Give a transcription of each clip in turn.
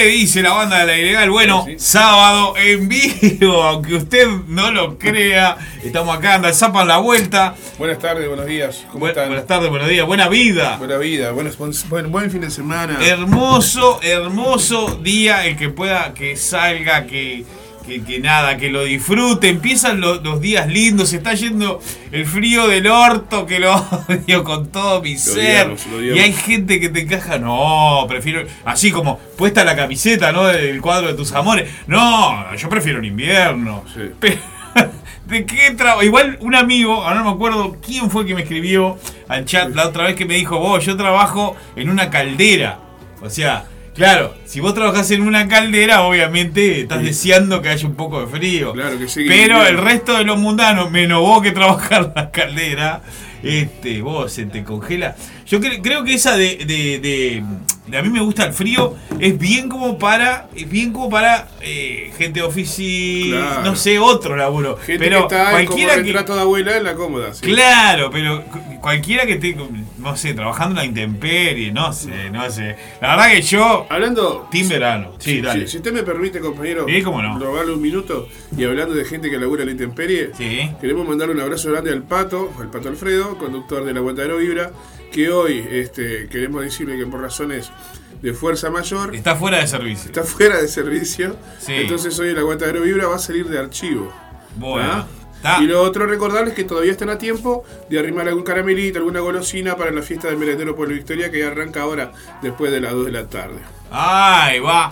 ¿Qué dice la banda de La Ilegal? Bueno, Sí. sábado en vivo, aunque usted no lo crea. Estamos acá, anda el Zapa en la vuelta. Buenas tardes, buenos días. ¿Cómo están? Buenas tardes, buenos días, buena vida. Buena vida, buen fin de semana. Hermoso día, el que pueda, que salga, que nada, que lo disfrute. Empiezan los días lindos, se está yendo el frío del orto, que lo odio con todo mi ser. Lo odiamos. Y hay gente que te encaja, no, prefiero, así como puesta la camiseta, ¿no? Del cuadro de tus amores. No, yo prefiero el invierno. Sí. Pero, ¿de qué trabajo? Igual un amigo, ahora no me acuerdo quién fue que me escribió al chat la otra vez, que me dijo, vos, yo trabajo en una caldera. O sea, claro, si vos trabajás en una caldera, obviamente estás deseando que haya un poco de frío. Claro que sí. Pero el resto de los mundanos, menos vos que trabajás en la caldera, vos se te congela. Yo creo que esa de a mí me gusta el frío, es bien como para gente de oficina, Claro. no sé, otro laburo. Gente pero que está cualquiera como retrato de abuela en la cómoda. ¿Sí? Claro, pero cualquiera que esté, no sé, trabajando en la intemperie, no sé. La verdad que yo, Hablando... team verano. Sí, dale. Si usted me permite, compañero, Sí, cómo no. robarle un minuto, y hablando de gente que labura en la intemperie, Sí. queremos mandarle un abrazo grande al Pato Alfredo, conductor del Aguantadero Vibra, que hoy queremos decirle que por razones de fuerza mayor Está fuera de servicio. está fuera de servicio. Sí. Entonces hoy el Aguantadero Vibra va a salir de archivo. Bueno. ¿Ah? Está. Y lo otro recordarles que todavía están a tiempo de arrimar algún caramelito, alguna golosina para la fiesta del merendero Pueblo Victoria, que arranca ahora después de las 2 de la tarde. Ahí va.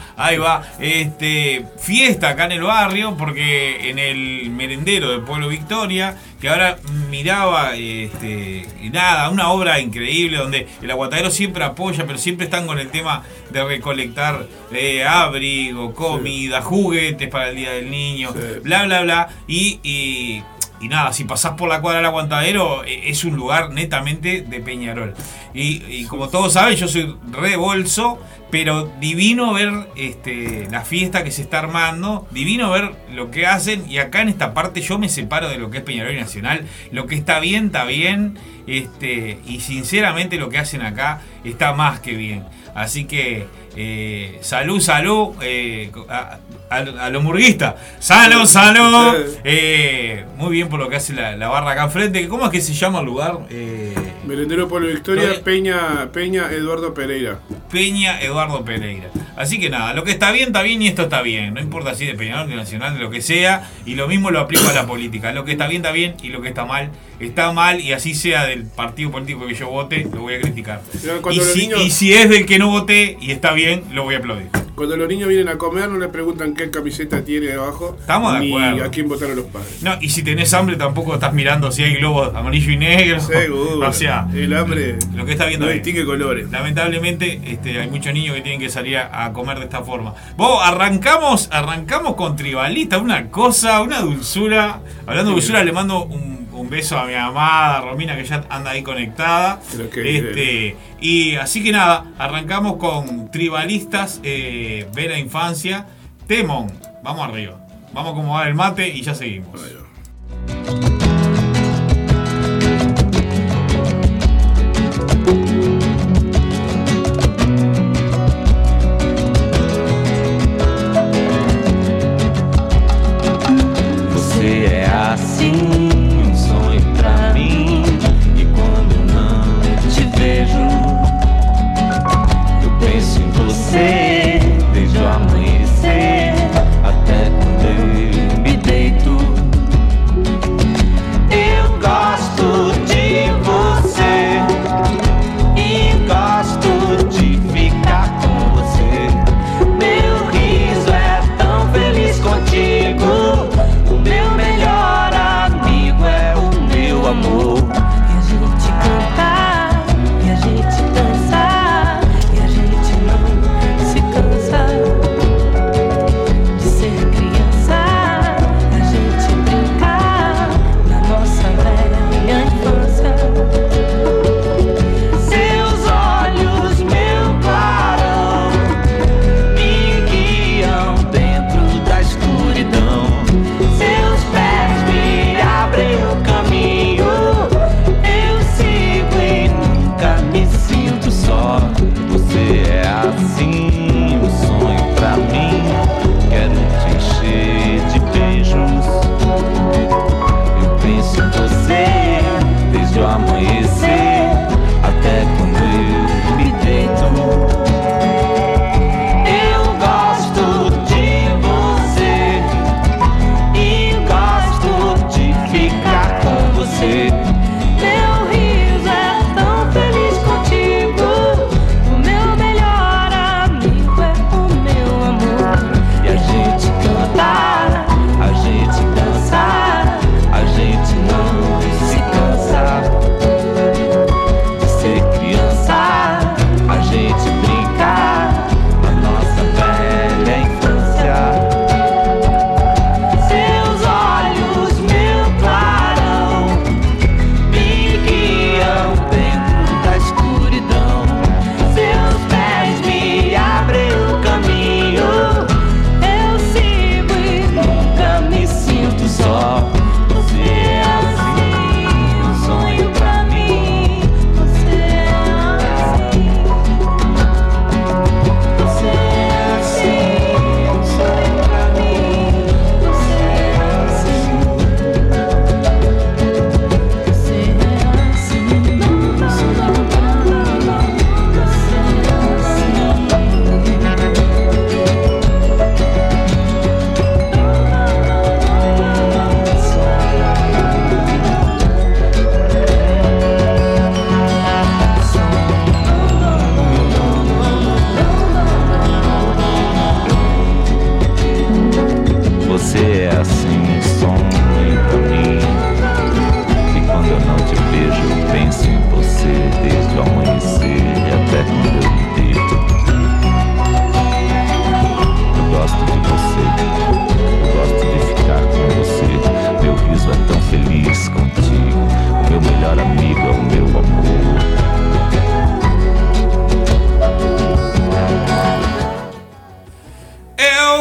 Fiesta acá en el barrio, porque en el merendero del Pueblo Victoria, que ahora miraba, y nada, una obra increíble donde el Aguantadero siempre apoya, pero siempre están con el tema de recolectar abrigo, comida, juguetes para el Día del Niño, Sí. bla, bla, bla. Y nada, si pasás por la cuadra del Aguantadero, es un lugar netamente de Peñarol. Y como todos saben, yo soy re bolso, pero divino ver la fiesta que se está armando, divino ver lo que hacen. Y acá en esta parte yo me separo de lo que es Peñarol y Nacional. Lo que está bien, está bien. Y sinceramente lo que hacen acá está más que bien. Así que salud a los murguistas. Salud. Muy bien por lo que hace la barra acá enfrente. ¿Cómo es que se llama el lugar? Merendero Pueblo Victoria, No, Peña Eduardo Pereira. Peña Eduardo Pereira. Así que nada, lo que está bien y esto está bien. No importa si de Peñarol, de Nacional, de lo que sea. Y lo mismo lo aplico a la política. Lo que está bien y lo que está mal. Está mal, y así sea del partido político que yo vote, lo voy a criticar. Y si es del que no voté y está bien, lo voy a aplaudir. Cuando los niños vienen a comer, no le preguntan qué camiseta tiene debajo. Estamos de ni acuerdo. a quién votaron los padres. No, y si tenés hambre tampoco estás mirando si hay globos amarillo y negro. Seguro. O sea, el hambre lo que está bien no está bien. distingue colores. Lamentablemente hay muchos niños que tienen que salir a comer de esta forma. Vos, arrancamos con Tribalista, una dulzura. Hablando de dulzura, le mando un beso a mi amada Romina, que ya anda ahí conectada. Y así que nada, arrancamos con Tribalistas, Ve la Infancia, Temón. Vamos arriba. Vamos a acomodar el mate y ya seguimos. Você é assim, sonho pra mim. E quando não te vejo, eu penso em você desde o amanhecer até quando eu me deito.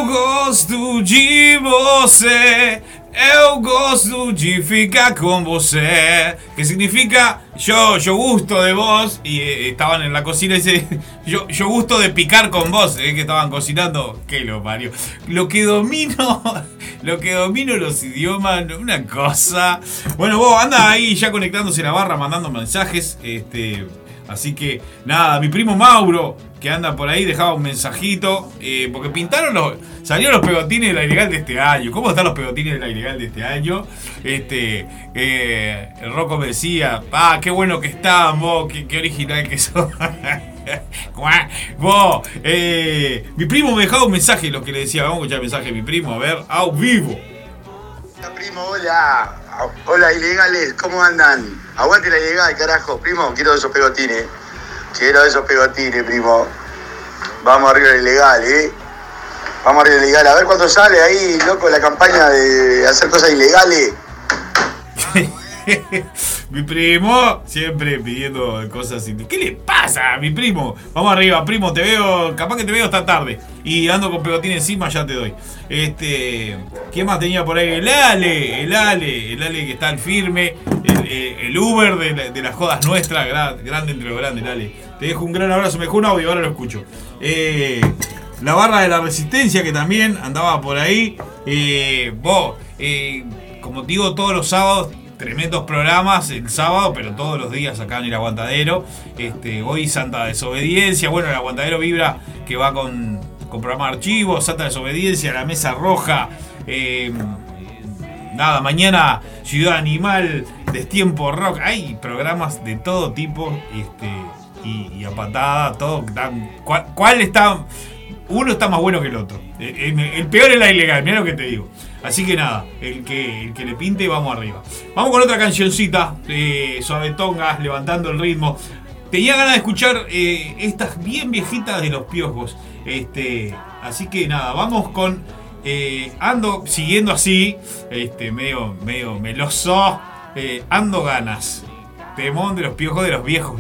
Eu gosto de você, eu gosto de ficar con você. Que significa yo gusto de vos. Y estaban en la cocina y dice yo gusto de picar con vos. Que estaban cocinando. Que lo parió. Lo que domino los idiomas, una cosa. Bueno, vos anda ahí ya conectándose a la barra, mandando mensajes. Así que nada, mi primo Mauro, que anda por ahí, dejaba un mensajito. Porque salieron los pegotines de la ilegal de este año. ¿Cómo están los pegotines de la ilegal de este año? El Rocco me decía, qué bueno que están vos, qué original que sos. Vos, mi primo me dejaba un mensaje, lo que le decía. Vamos a escuchar el mensaje de mi primo, a ver, a vivo. Hola primo, hola. Hola ilegales, ¿cómo andan? Aguante la ilegal, carajo, primo, quiero esos pegotines, primo. Vamos arriba la ilegal, Vamos arriba la ilegal, a ver cuándo sale ahí, loco, la campaña de hacer cosas ilegales. Mi primo siempre pidiendo cosas. ¿Qué le pasa a mi primo? Vamos arriba, primo, te veo. Capaz que te veo esta tarde. Y ando con pegotín encima, ya te doy. ¿Quién más tenía por ahí? El Ale que está al firme. El Uber de las jodas nuestras. Grande entre los grandes, el Ale. Te dejo un gran abrazo. Me dejó un audio, ahora lo escucho. La barra de la resistencia que también andaba por ahí. Como digo, todos los sábados. Tremendos programas el sábado, pero todos los días acá en el Aguantadero. Hoy Santa Desobediencia. Bueno, el Aguantadero vibra que va con programa de archivos. Santa Desobediencia, La Mesa Roja. Mañana Ciudad Animal, Destiempo Rock. Hay programas de todo tipo y a patada. Todo. ¿Cuál está? Uno está más bueno que el otro. El peor es la ilegal, mirá lo que te digo. Así que nada, el que le pinte, vamos arriba. Vamos con otra cancioncita, suavetongas, levantando el ritmo. Tenía ganas de escuchar estas bien viejitas de Los Piojos. Así que nada, vamos con ando siguiendo así, medio meloso. Ando ganas. Temón de Los Piojos, de los viejos.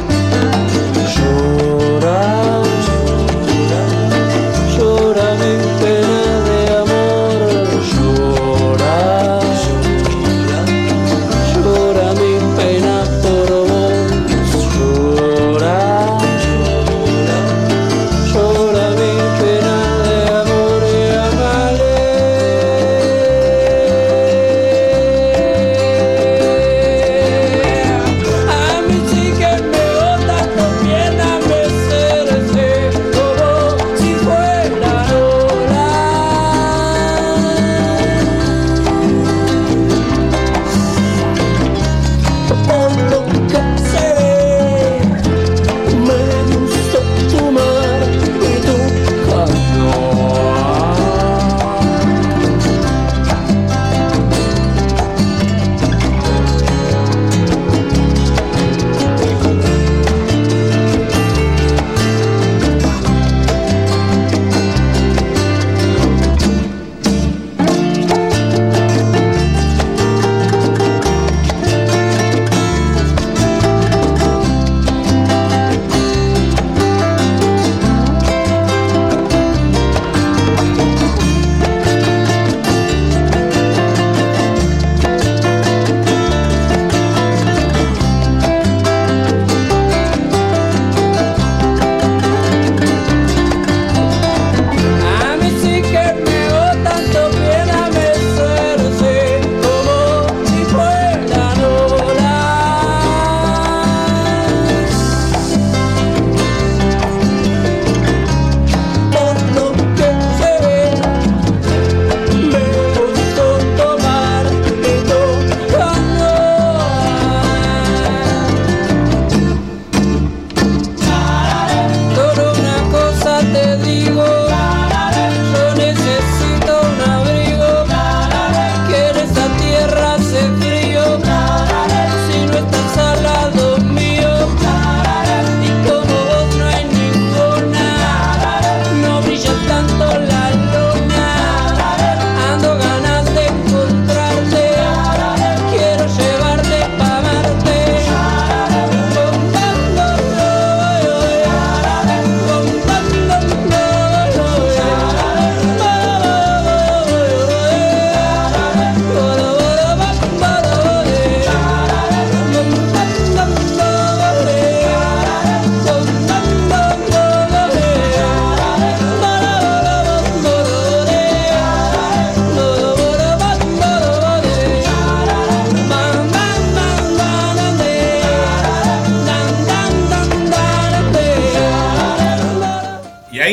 Llora mi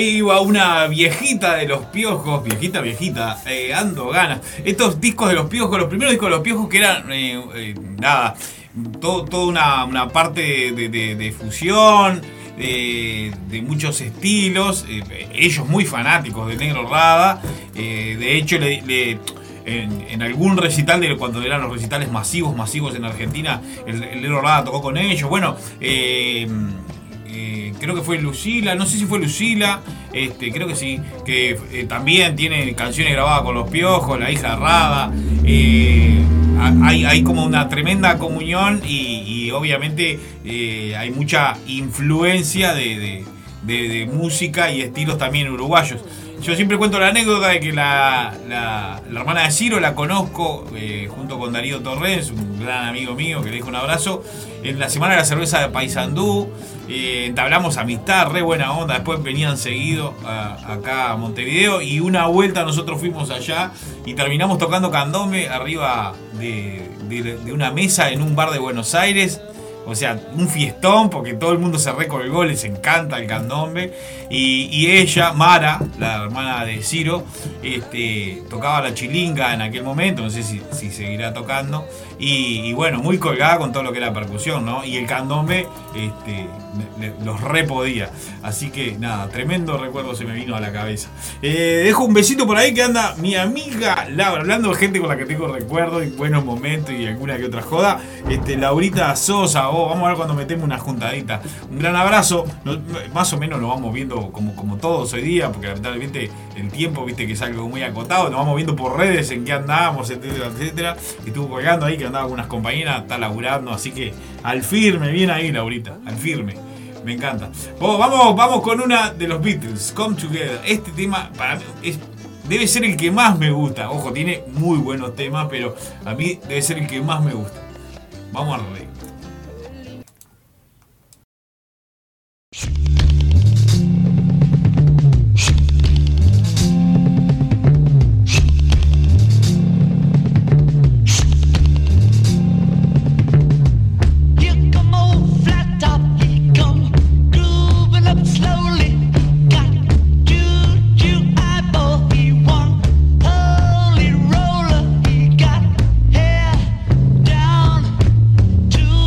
ahí iba una viejita de los Piojos, viejita, ando ganas. Estos discos de los Piojos, los primeros discos de los Piojos que eran, nada, toda una parte de fusión, de muchos estilos, ellos muy fanáticos de Negro Rada, de hecho en algún recital, cuando eran los recitales masivos en Argentina, el Negro Rada tocó con ellos. Bueno, creo que fue Lucila, no sé si fue Lucila, creo que sí, que también tiene canciones grabadas con los Piojos, la hija de Rada. Hay como una tremenda comunión y obviamente hay mucha influencia de música y estilos también uruguayos. Yo siempre cuento la anécdota de que la hermana de Ciro la conozco junto con Darío Torres, un gran amigo mío que le dejo un abrazo, en la Semana de la Cerveza de Paysandú. Entablamos amistad, re buena onda. Después venían seguido acá a Montevideo y una vuelta nosotros fuimos allá y terminamos tocando candombe arriba de una mesa en un bar de Buenos Aires. O sea, un fiestón porque todo el mundo se recolgó, les encanta el candombe. Y ella, Mara, la hermana de Ciro, tocaba la chilinga en aquel momento, no sé si seguirá tocando. Y bueno, muy colgada con todo lo que era percusión, ¿no? Y el candombe los repodía. Así que nada, tremendo recuerdo se me vino a la cabeza. Dejo un besito por ahí que anda mi amiga Laura, hablando de gente con la que tengo recuerdos y buenos momentos y alguna que otra joda. Laurita Sosa, vamos a ver cuando metemos una juntadita. Un gran abrazo. Más o menos nos vamos viendo como todos hoy día, porque lamentablemente el tiempo, viste que es algo muy acotado. Nos vamos viendo por redes en qué andamos, etcétera. Estuvo colgando ahí que andaba con unas compañeras, está laburando, así que al firme, bien ahí, Laurita, al firme. Me encanta. Vamos con una de los Beatles, Come Together. Este tema para mí debe ser el que más me gusta. Ojo, tiene muy buenos temas, pero a mí debe ser el que más me gusta. Vamos a reír. To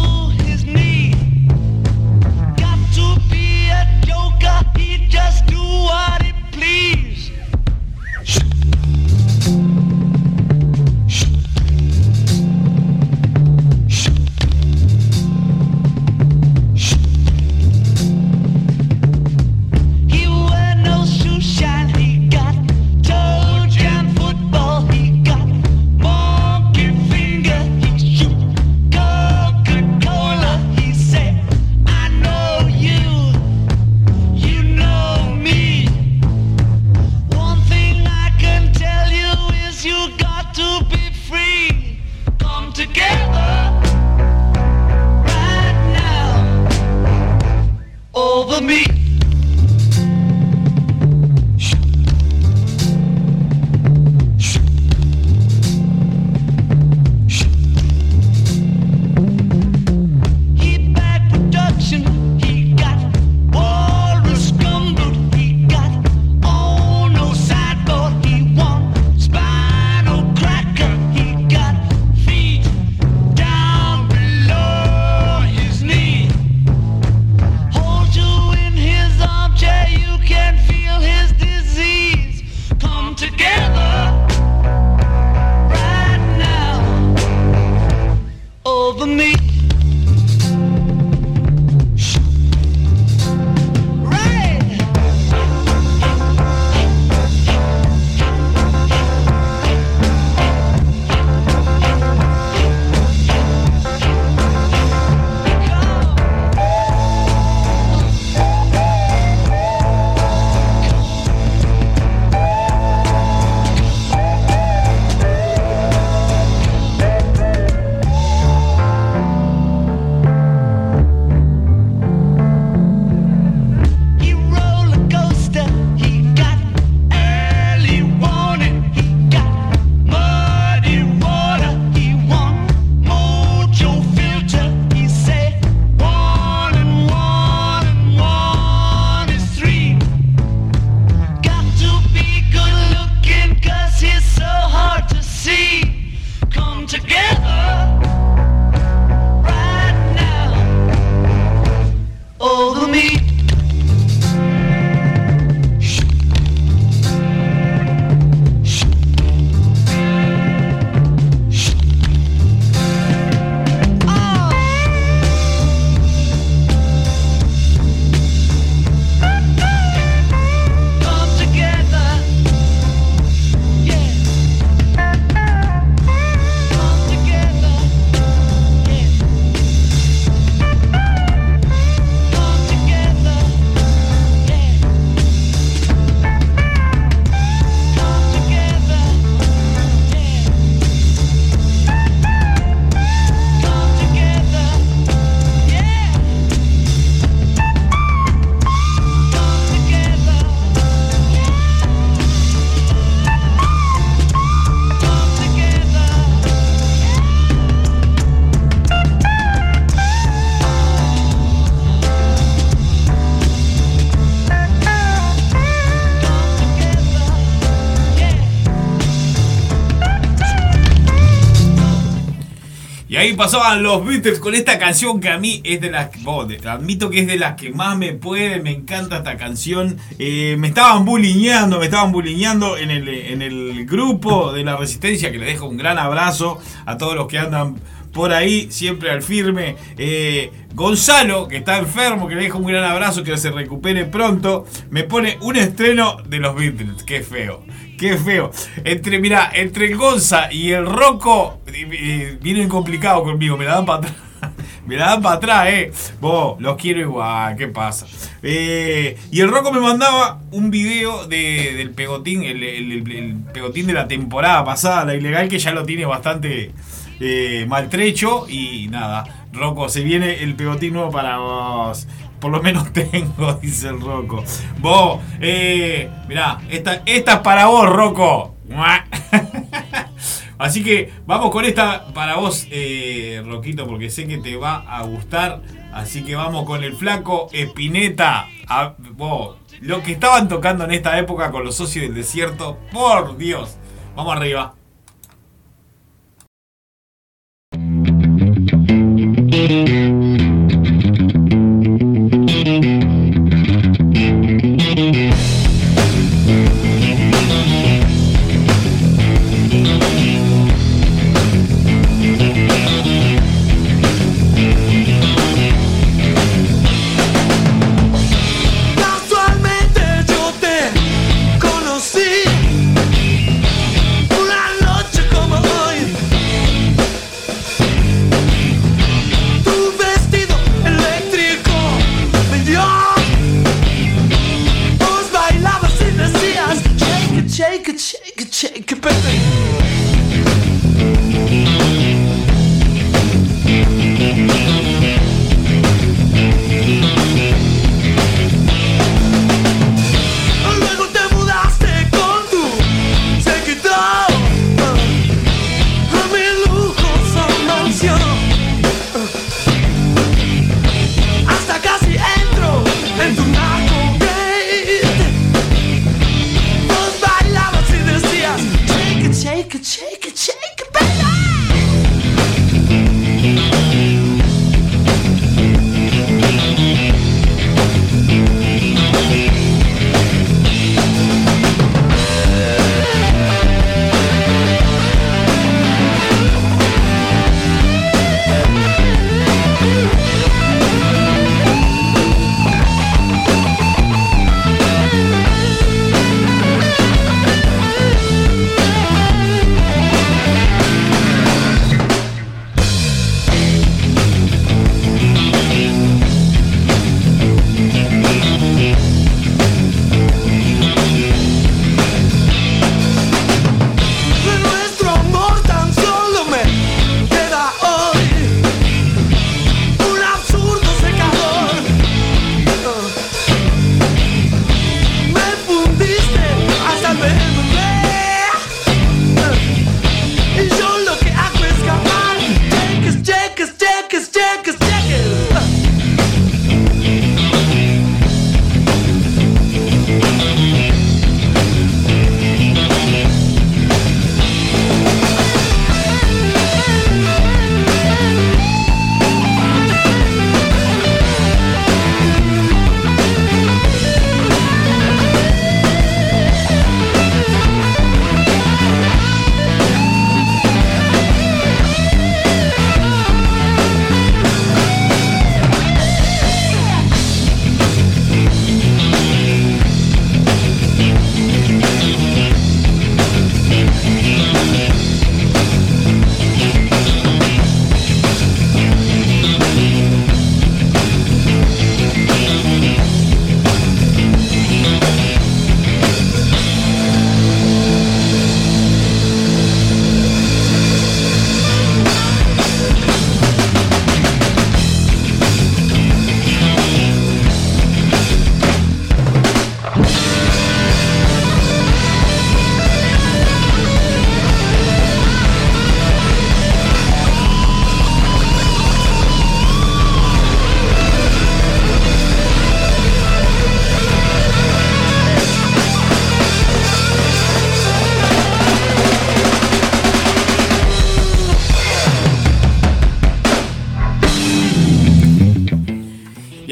Y ahí pasaban los Beatles con esta canción que a mí es de las... admito que es de las que más me encanta esta canción. Me estaban bulliñando en el grupo de la Resistencia, que le dejo un gran abrazo a todos los que andan por ahí, siempre al firme. Gonzalo, que está enfermo, que le dejo un gran abrazo, que se recupere pronto. Me pone un estreno de los Beatles. Qué feo. Entre el Gonza y el Rocco vienen complicados conmigo. Me la dan para atrás, Vos, los quiero igual, ¿qué pasa? Y el Rocco me mandaba un video del pegotín, el pegotín de la temporada pasada, la ilegal, que ya lo tiene bastante maltrecho. Y nada, Rocco, se viene el pegotín nuevo para vos. Por lo menos tengo, dice el Rocco. Vos, mirá, esta es para vos, Rocco. Así que vamos con esta para vos, Roquito, porque sé que te va a gustar. Así que vamos con el Flaco Spinetta. Vos, lo que estaban tocando en esta época con los Socios del Desierto, por Dios. Vamos arriba. Una noche como hoy, tuve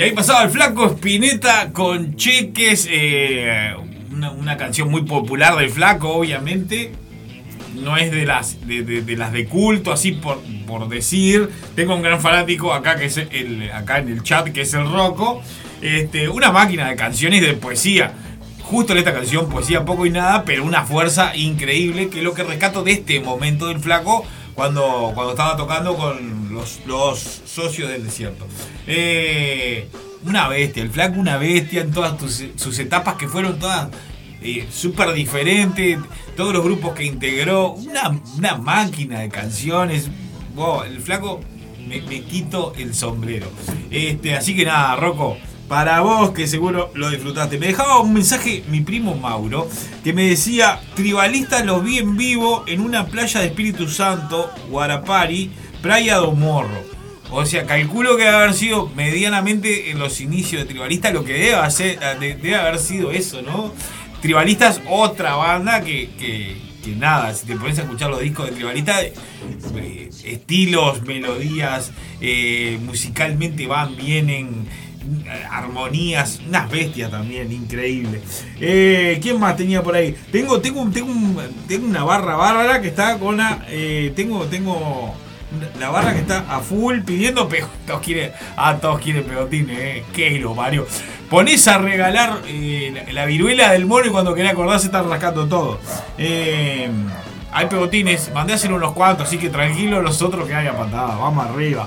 ahí pasaba el Flaco Spinetta con Cheques, una canción muy popular del Flaco, obviamente. No es de las de culto, así por decir. Tengo un gran fanático acá que es acá en el chat, que es el Rocco. Una máquina de canciones de poesía. Justo en esta canción, poesía poco y nada, pero una fuerza increíble, que es lo que rescato de este momento del Flaco cuando estaba tocando con los socios del desierto. Una bestia, el Flaco una bestia en todas sus etapas, que fueron todas súper diferentes. Todos los grupos que integró, una máquina de canciones. Wow, el Flaco, me quito el sombrero. Así que nada, Rocco, para vos que seguro lo disfrutaste. Me dejaba un mensaje mi primo Mauro, que me decía: Tribalistas los vi en vivo en una playa de Espíritu Santo, Guarapari, Playa do Morro. O sea, calculo que debe haber sido medianamente en los inicios de Tribalistas, lo que debe haber sido eso, ¿no? Tribalistas, otra banda que nada, si te pones a escuchar los discos de Tribalistas, estilos, melodías, musicalmente vienen, armonías, unas bestias también, increíble. ¿Quién más tenía por ahí? Tengo una barra bárbara que está con tengo la barra que está a full pidiendo todos quieren pegotines, que lo parió. Ponés a regalar la viruela del mono y cuando querés acordar se están rascando todo. Hay pegotines, mandé a hacer unos cuantos, así que tranquilo, los otros que haya patada, vamos arriba.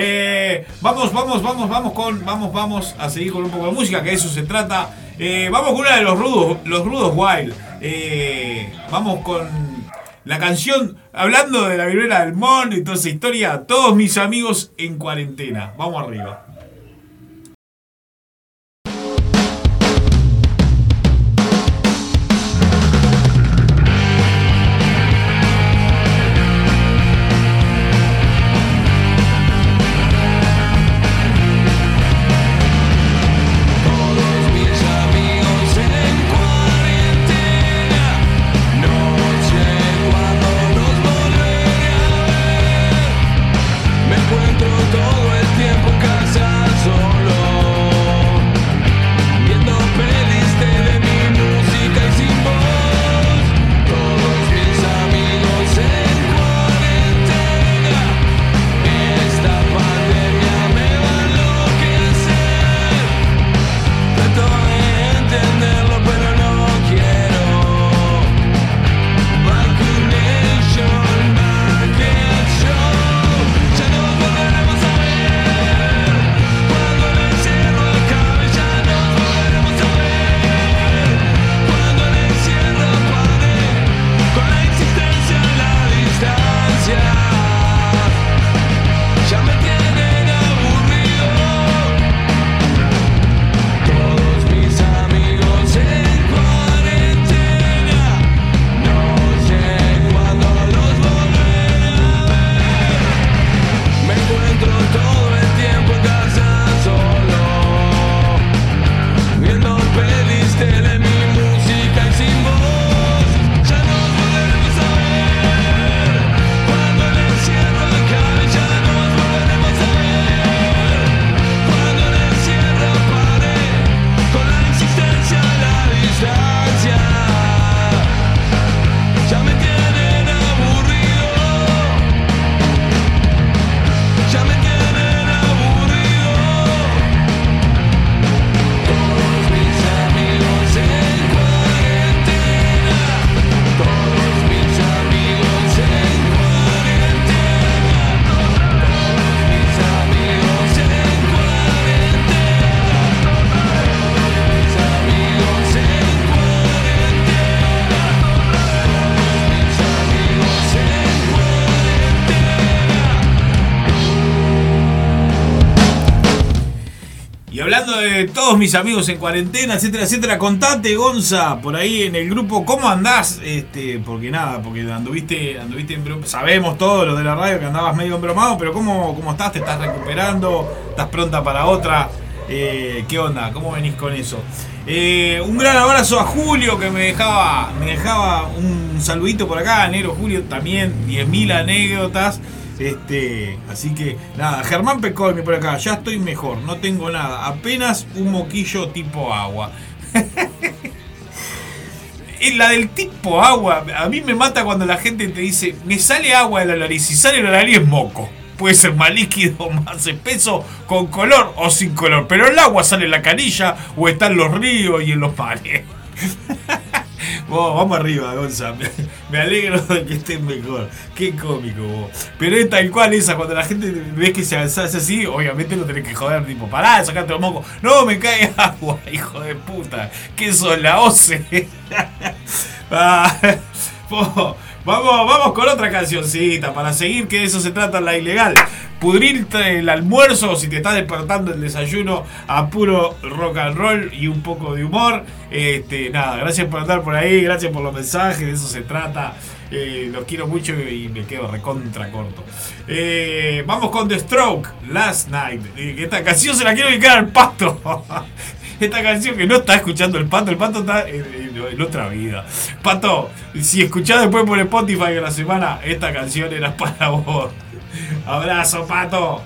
Vamos a seguir con un poco de música, que de eso se trata. Vamos con una de los Rudos Wild. Vamos con la canción, hablando de la viruela del mono y toda esa historia, Todos mis amigos en cuarentena. Vamos arriba. Todo el tiempo en casa solo. hablando de todos mis amigos en cuarentena, etcétera, etcétera, contate, Gonza, por ahí en el grupo, ¿cómo andás? Porque anduviste en broma. Sabemos todos los de la radio que andabas medio embromado, pero ¿cómo estás? ¿Te estás recuperando? ¿Estás pronta para otra? ¿Qué onda? ¿Cómo venís con eso? Un gran abrazo a Julio, que me dejaba un saludito por acá. Negro Julio también, 10.000 anécdotas. Así que nada, Germán Pecolmi por acá, ya estoy mejor, no tengo nada, apenas un moquillo tipo agua. La del tipo agua, a mí me mata cuando la gente te dice, me sale agua de la nariz, si sale de la nariz es moco. Puede ser más líquido, más espeso, con color o sin color, pero el agua sale en la canilla o está en los ríos y en los mares. Vamos arriba, Gonza. Me alegro de que estés mejor. Qué cómico, vos. Pero es tal cual esa, cuando la gente ves que se hace así, obviamente lo tenés que joder, tipo, pará, sacate los mocos. No, me cae agua, hijo de puta. ¿Qué sos, la OCE? Vamos con otra cancioncita para seguir, que de eso se trata La Ilegal. Pudrirte el almuerzo si te estás despertando el desayuno a puro rock and roll y un poco de humor. Nada, gracias por andar por ahí, gracias por los mensajes, de eso se trata. Los quiero mucho y me quedo recontra corto. Vamos con The Stroke, Last Night. Esta canción se la quiero dedicar al Pato. Esta canción que no está escuchando el Pato está en otra vida. Pato, si escuchás después por Spotify en la semana, esta canción era para vos. Abrazo, Pato.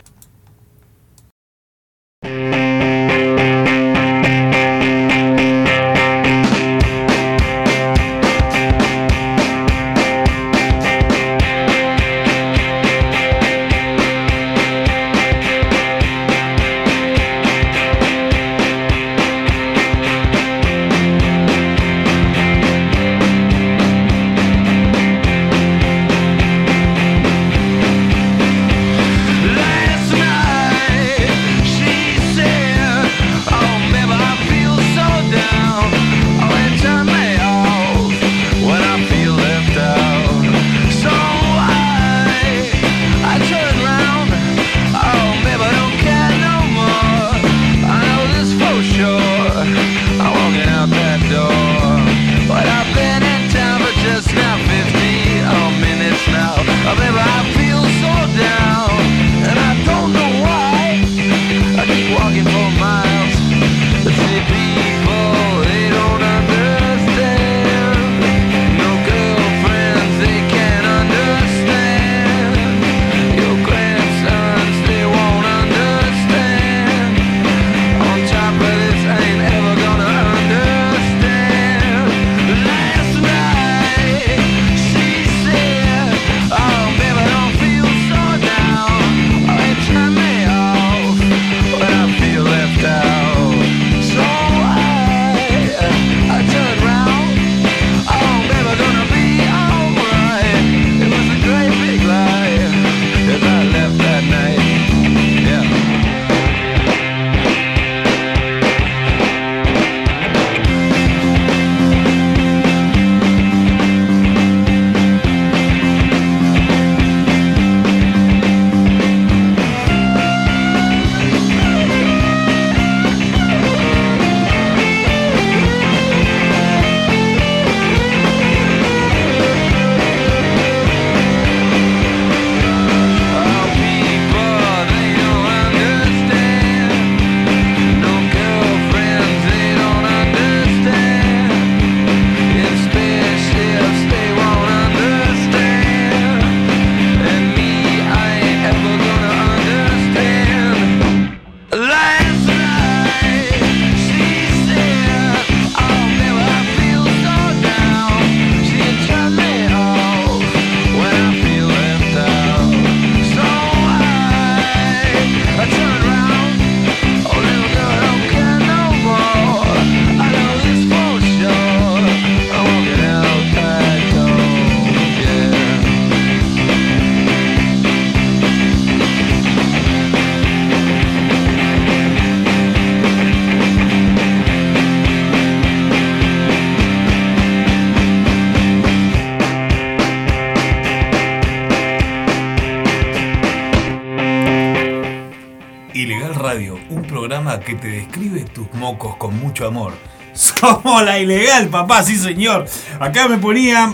Que te describe tus mocos con mucho amor. Somos La Ilegal, papá, sí señor. Acá me ponían,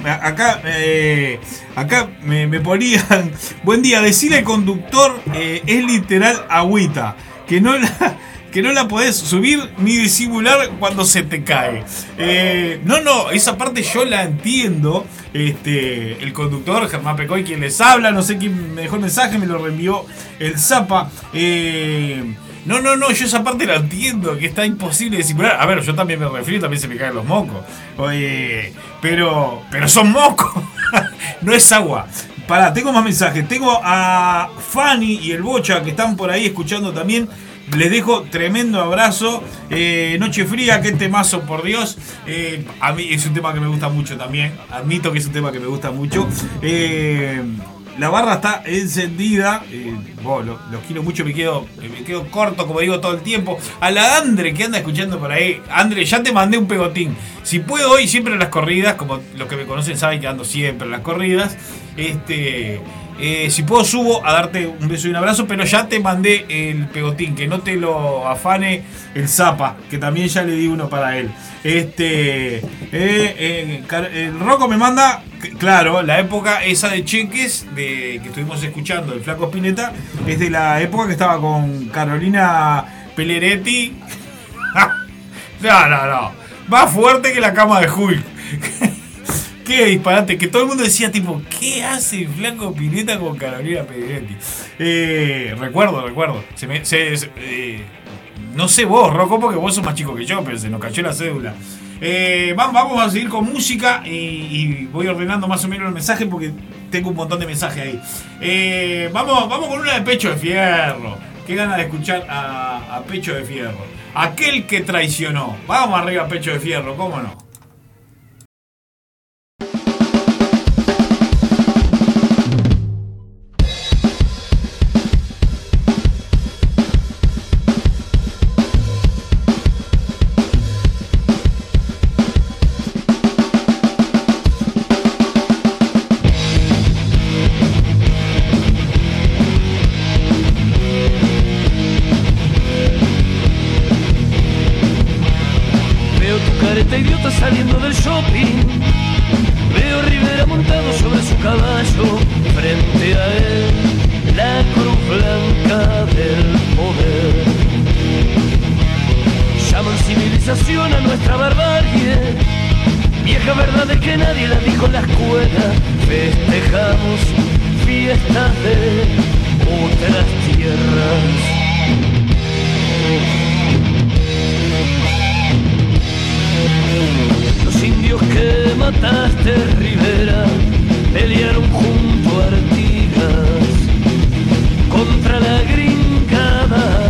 me ponían, buen día, decirle al conductor, es literal agüita, que no que no la podés subir ni disimular cuando se te cae. No, esa parte yo la entiendo. El conductor, Germán Pecoy, quien les habla, no sé quién me dejó el mensaje, me lo reenvió el Zapa. No, yo esa parte la entiendo, que está imposible disimular. A ver, yo también me refiero, también se me caen los mocos. Pero son mocos, no es agua. Pará, tengo más mensajes. Tengo a Fanny y el Bocha que están por ahí escuchando también. Les dejo tremendo abrazo. Noche Fría, qué temazo, por Dios. A mí es un tema que me gusta mucho también. Admito que es un tema que me gusta mucho. La barra está encendida. Los quiero mucho, me quedo corto, como digo todo el tiempo. A la Andre que anda escuchando por ahí. Andre, ya te mandé un pegotín. Si puedo hoy, siempre en las corridas, como los que me conocen saben que ando siempre en las corridas. Si puedo subo a darte un beso y un abrazo, pero ya te mandé el pegotín, que no te lo afane el Zapa, que también ya le di uno para él. El Rocco me manda, claro, la época esa de Cheques que estuvimos escuchando, el Flaco Spinetta, es de la época que estaba con Carolina Pelleretti. No, más fuerte que la cama de Hulk. Qué disparate, que todo el mundo decía tipo, ¿qué hace Flaco Spinetta con Carolina Pelleretti? Recuerdo. No sé vos, Rocco, porque vos sos más chico que yo, pero se nos cayó la cédula. Vamos a seguir con música y voy ordenando más o menos el mensaje porque tengo un montón de mensajes ahí. Vamos con una de Pecho de Fierro. Qué ganas de escuchar a Pecho de Fierro. Aquel que traicionó. Vamos arriba, Pecho de Fierro, ¿cómo no? Saliendo del shopping, veo Rivera montado sobre su caballo, frente a él la cruz blanca del poder. Llaman civilización a nuestra barbarie, vieja verdad es que nadie la dijo en la escuela. Festejamos fiestas de otras tierras. Los indios que mataste, Rivera, pelearon junto a Artigas contra la gringada.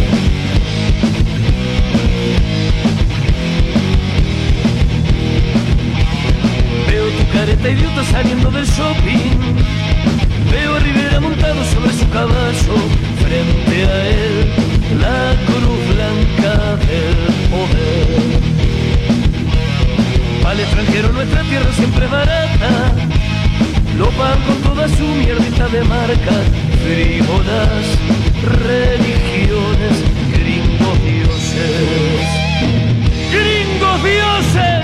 Veo tu careta idiota saliendo del shopping, veo a Rivera montado sobre su caballo, frente a él la cruz blanca del poder. Al extranjero nuestra tierra siempre es barata, lo pagan con toda su mierdita de marca, frívolas religiones, gringos dioses, gringos dioses.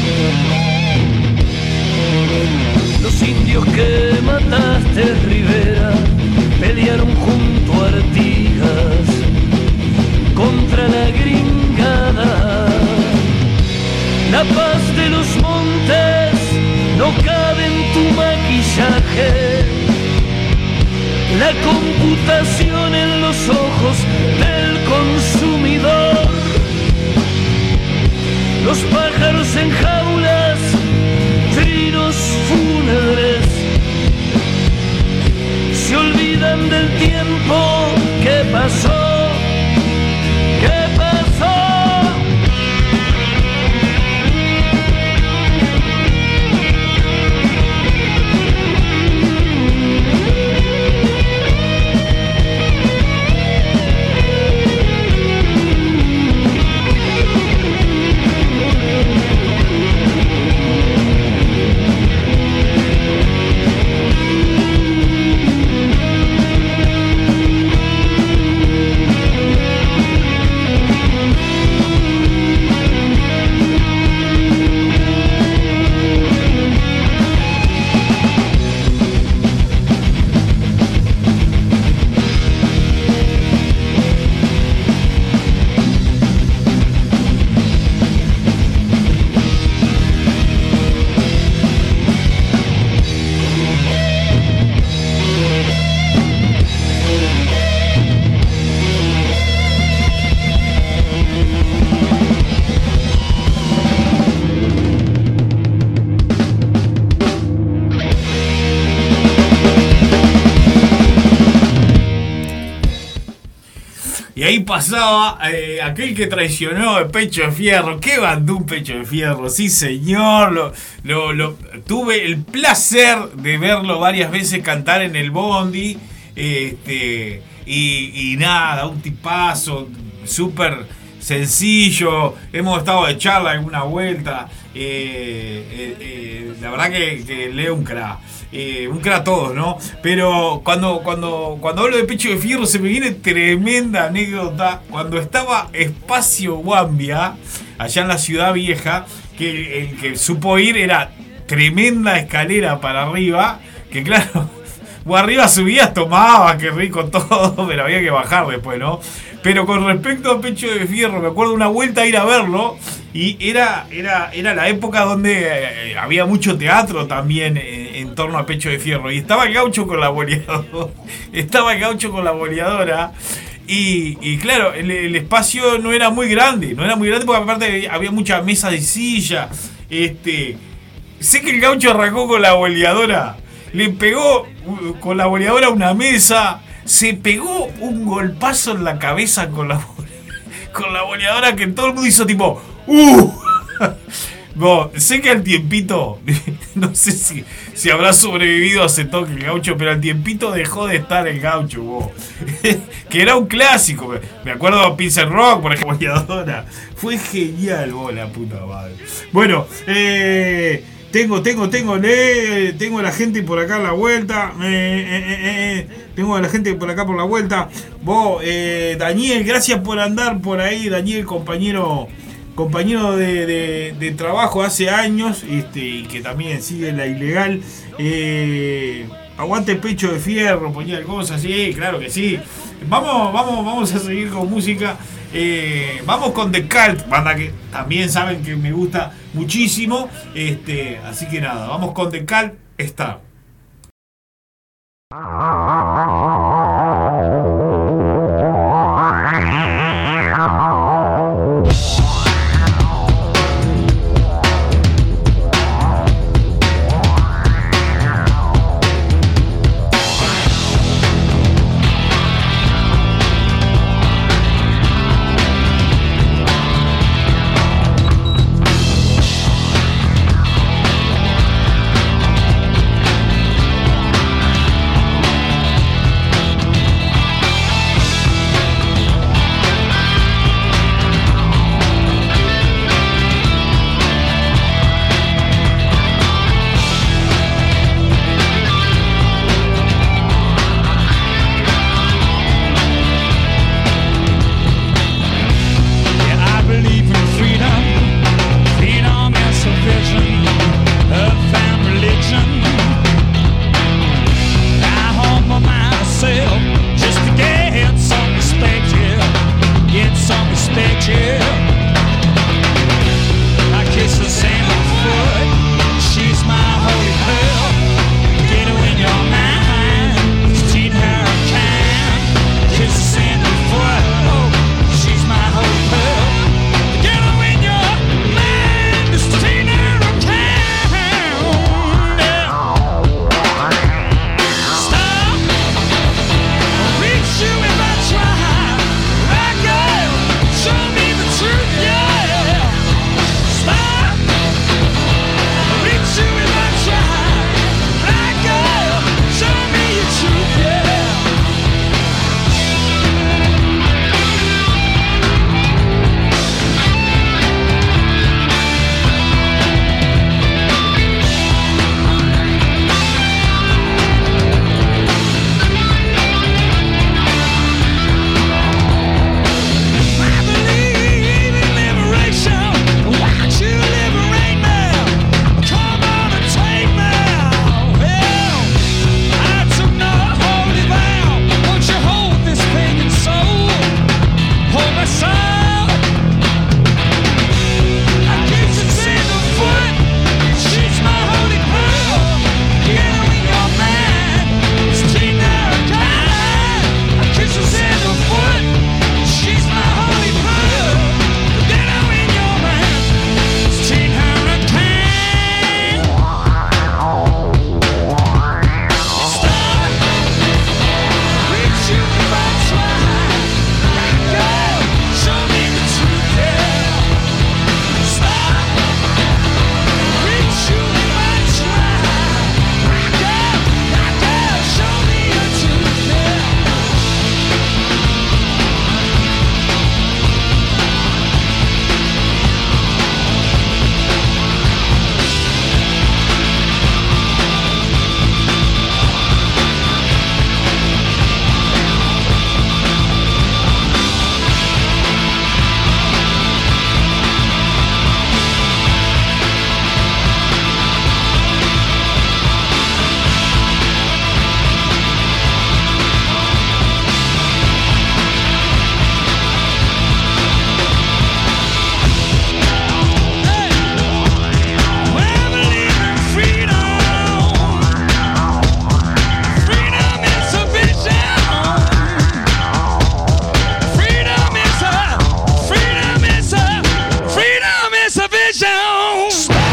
Los indios que mataste, Rivera, pelearon junto a Artigas contra la gringada. La paz de los montes no cabe en tu maquillaje, la computación en los ojos del consumidor, los pájaros en jaulas, trinos fúnebres, se olvidan del tiempo que pasó. ahí pasaba aquel que traicionó el Pecho de Fierro. ¿Qué bandó un Pecho de Fierro? Sí, señor. Tuve el placer de verlo varias veces cantar en el Bondi. Y nada, un tipazo, súper sencillo. Hemos estado de charla alguna vuelta. La verdad que Leo un crack. Un crack todos, ¿no? Pero cuando hablo de Pecho de Fierro se me viene tremenda anécdota. Cuando estaba Espacio Guambia, allá en la Ciudad Vieja, que el que supo ir era tremenda escalera para arriba, que claro, vos arriba subías, tomabas, qué rico todo, pero había que bajar después, ¿no? Pero con respecto a Pecho de Fierro, me acuerdo una vuelta a ir a verlo, y era la época donde había mucho teatro también en torno a Pecho de Fierro, y estaba el Gaucho con la boleadora, y claro, el espacio no era muy grande porque aparte había muchas mesas de silla. Sé que el Gaucho arrancó con la boleadora, le pegó con la boleadora a una mesa, se pegó un golpazo en la cabeza con la boleadora, que todo el mundo hizo tipo No, sé que al tiempito, no sé si habrá sobrevivido a ese toque el Gaucho, pero al tiempito dejó de estar el Gaucho, vos. Que era un clásico. Me acuerdo de Pizza Rock, por ejemplo, boleadora. Fue genial, vos, la puta madre. Bueno, tengo a la gente por acá a la vuelta. Tengo a la gente por acá por la vuelta. Vos, Daniel, gracias por andar por ahí, Daniel, compañero de trabajo hace años, y que también sigue la ilegal. Aguante Pecho de Fierro, ponía cosas, sí, claro que sí. Vamos a seguir con música. Vamos con The Cult, banda que también saben que me gusta muchísimo. Así que nada, vamos con The Cult, Star. television.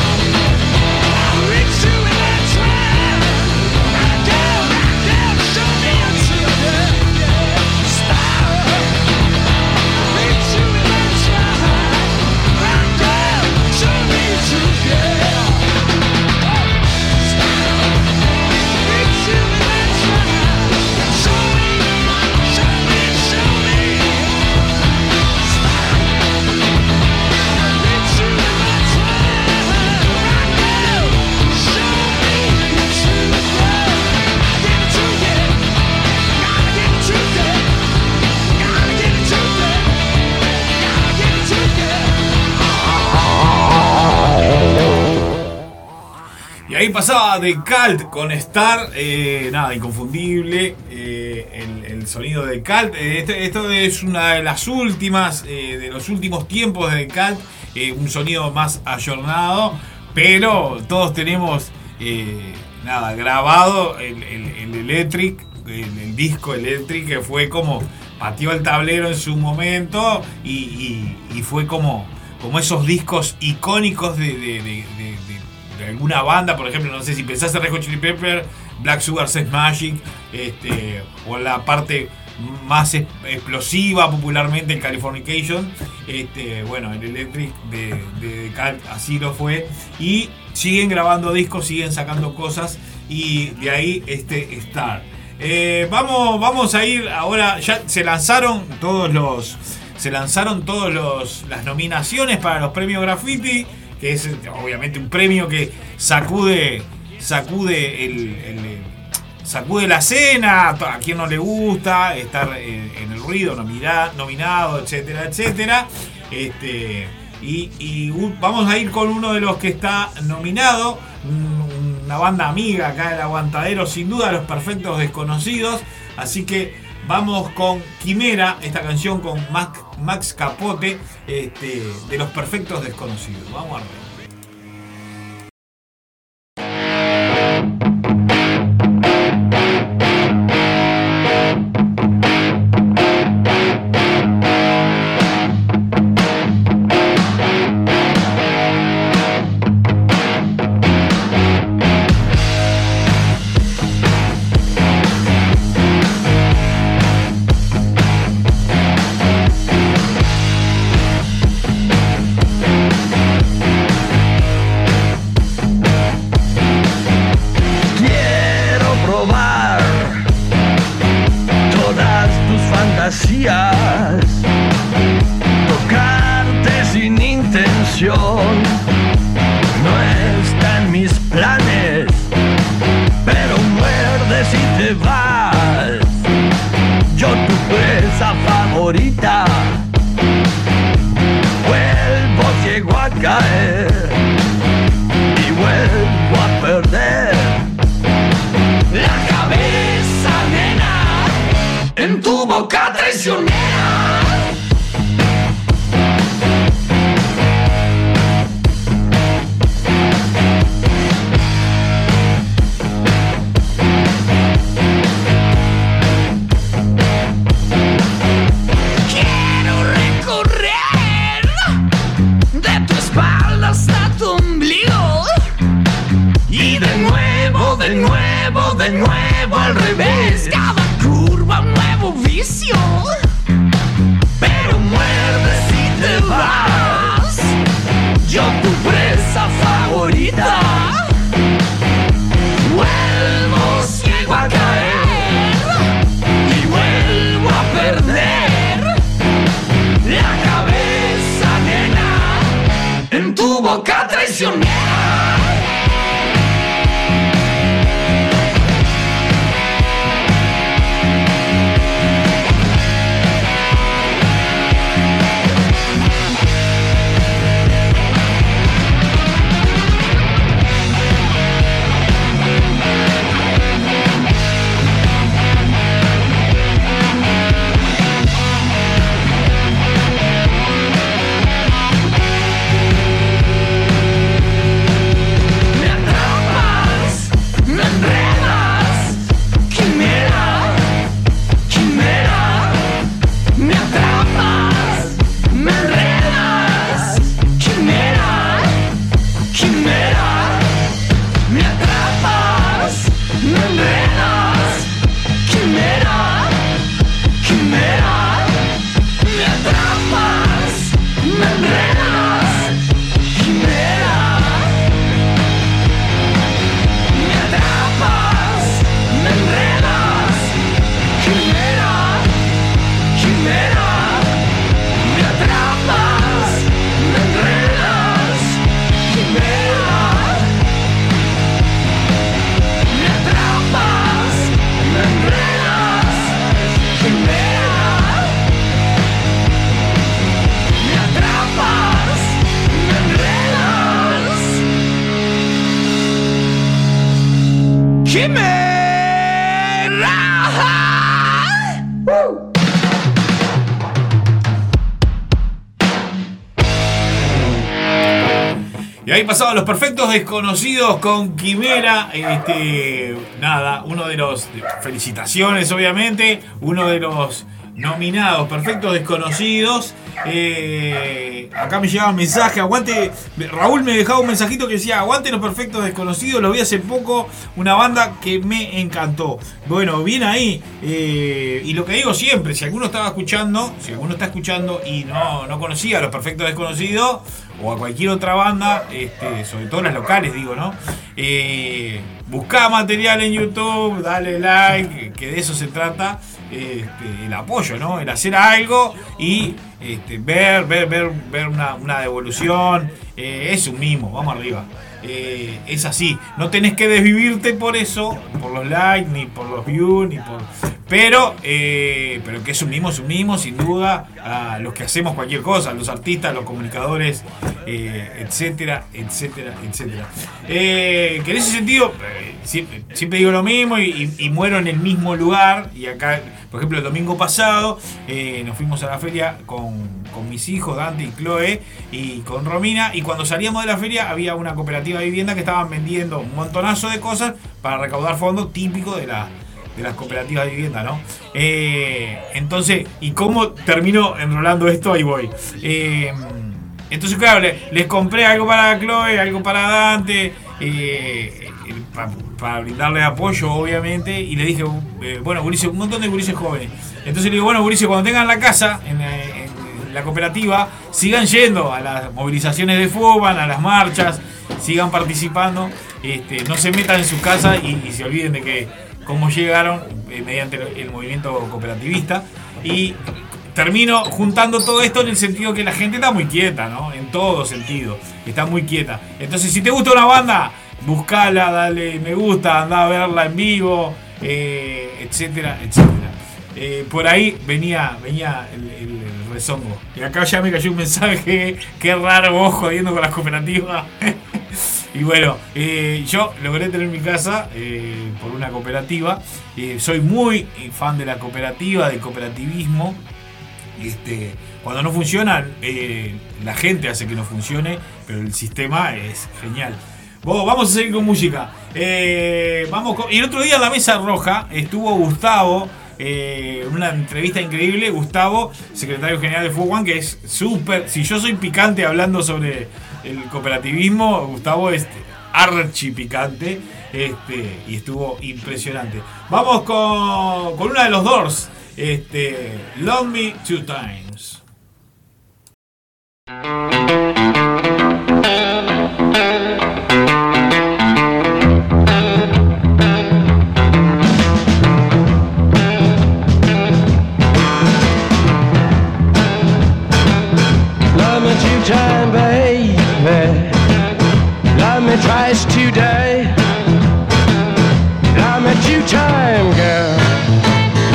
Ahí pasaba The Cult con Star, nada, inconfundible, el sonido de The Cult. Esto es una de las últimas, de los últimos tiempos de The Cult, un sonido más ayornado, pero todos tenemos, nada, grabado el Electric, el disco Electric, que fue como, pateó el tablero en su momento y fue como esos discos icónicos de alguna banda. Por ejemplo, no sé si pensás en Red Hot Chili Pepper, Black Sugar Sex Magic, o la parte más explosiva popularmente en Californication, bueno, el Electric de Cult así lo fue, y siguen grabando discos, siguen sacando cosas, y de ahí Star. Vamos a ir ahora. Ya se lanzaron las nominaciones para los premios Graffiti, que es obviamente un premio que sacude la escena, a quien no le gusta estar en el ruido, nominado, etcétera, etcétera. Y vamos a ir con uno de los que está nominado, una banda amiga acá del Aguantadero, sin duda, Los Perfectos Desconocidos. Así que vamos con Quimera, esta canción con Max Capote, de Los Perfectos Desconocidos. Vamos a ver. Tocarte sin intención no está en mis planes, pero muerdes y te vas. Yo tu presa favorita, vuelvo ciego a caer y vuelvo a perder la cabeza, nena, en tu boca traicionera. Quiero recorrer de tu espalda hasta tu ombligo y de nuevo al revés. Cada curva un nuevo vicio, pero muerdes y te vas. Yo tu presa favorita, vuelvo ciego a caer y vuelvo a perder la cabeza, nena, en tu boca traicionera. Y ahí pasaban Los Perfectos Desconocidos con Quimera. Nada, uno de los. Felicitaciones, obviamente. Uno de los nominados, Perfectos Desconocidos. Acá me llegaba un mensaje, aguante. Raúl me dejaba un mensajito que decía: aguante Los Perfectos Desconocidos, lo vi hace poco, una banda que me encantó. Bueno, bien ahí. Y lo que digo siempre, si alguno está escuchando y no conocía a Los Perfectos Desconocidos o a cualquier otra banda, sobre todo las locales, digo, ¿no? Buscá material en YouTube, dale like, que de eso se trata. El apoyo, ¿no? El hacer algo y ver una devolución. Es un mimo, vamos arriba. Es así, no tenés que desvivirte por eso, por los likes, ni por los views, ni por. Pero que es un mimo, sin duda, a los que hacemos cualquier cosa, los artistas, los comunicadores, etcétera. Que en ese sentido, siempre digo lo mismo y muero en el mismo lugar. Y acá, por ejemplo, el domingo pasado nos fuimos a la feria con mis hijos, Dante y Chloe, y con Romina, y cuando salíamos de la feria había una cooperativa de vivienda que estaban vendiendo un montonazo de cosas para recaudar fondos, típico de las cooperativas de vivienda, ¿no? Entonces, ¿y cómo termino enrolando esto? Ahí voy. Entonces, claro, les compré algo para Chloe, algo para Dante, para brindarle apoyo, obviamente, y le dije, bueno, gurises, un montón de gurises jóvenes. Entonces le digo, bueno, gurises, cuando tengan la casa en la cooperativa, sigan yendo a las movilizaciones de fútbol, a las marchas, sigan participando, no se metan en sus casas y se olviden de que cómo llegaron mediante el movimiento cooperativista. Y termino juntando todo esto en el sentido que la gente está muy quieta, ¿no? En todo sentido, está muy quieta. Entonces, si te gusta una banda, buscala, dale me gusta, andá a verla en vivo, etcétera. Por ahí venía el rezongo. Y acá ya me cayó un mensaje, qué raro vos jodiendo con las cooperativas. Y bueno, yo logré tener mi casa por una cooperativa. Soy muy fan de la cooperativa, del cooperativismo. Cuando no funciona, la gente hace que no funcione, pero el sistema es genial. Vamos a seguir con música. Y el otro día en la Mesa Roja estuvo Gustavo, una entrevista increíble. Gustavo, secretario general de Fútbol, que es súper. Si yo soy picante hablando sobre el cooperativismo, Gustavo es archi picante, y estuvo impresionante. Vamos con una de los Doors, Love Me Two Times. Love me two times, baby. Love me twice today. Love me two times, girl.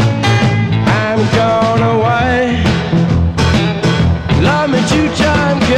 I'm gone away. Love me two times,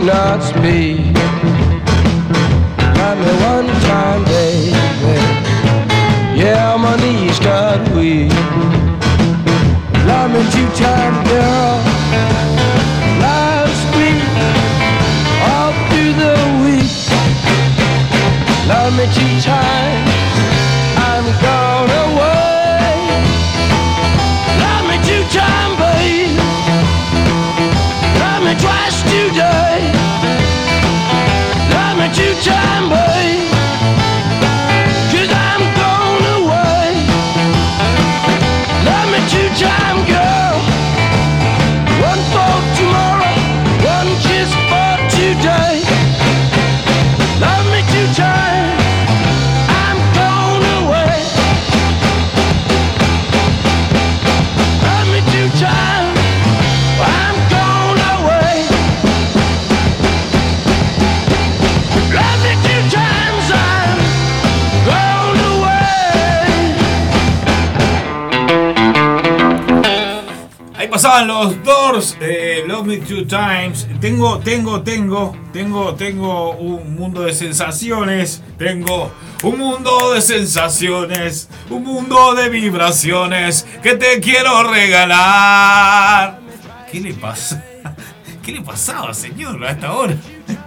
not speak. Love me one time, baby. Yeah, my knees got weak. Love me 2 times, girl. Life's sweet all through the week. Love me 2 times, I'm gone away. Love me 2 times, babe. Love me twice today. Love me 2 times, babe. 'Cause I'm gone away. Love me 2 times, girl. One for tomorrow, one kiss for today. Love me 2 times, I'm gone away. Love me 2 times, I'm gone away. Love me 2 times, I'm gone away. Ahí pasaban los Doors, Love Me 2 Times. Tengo un mundo de sensaciones. Tengo un mundo de sensaciones, un mundo de vibraciones que te quiero regalar. ¿Qué le pasa? ¿Qué le pasaba, señor, a esta hora?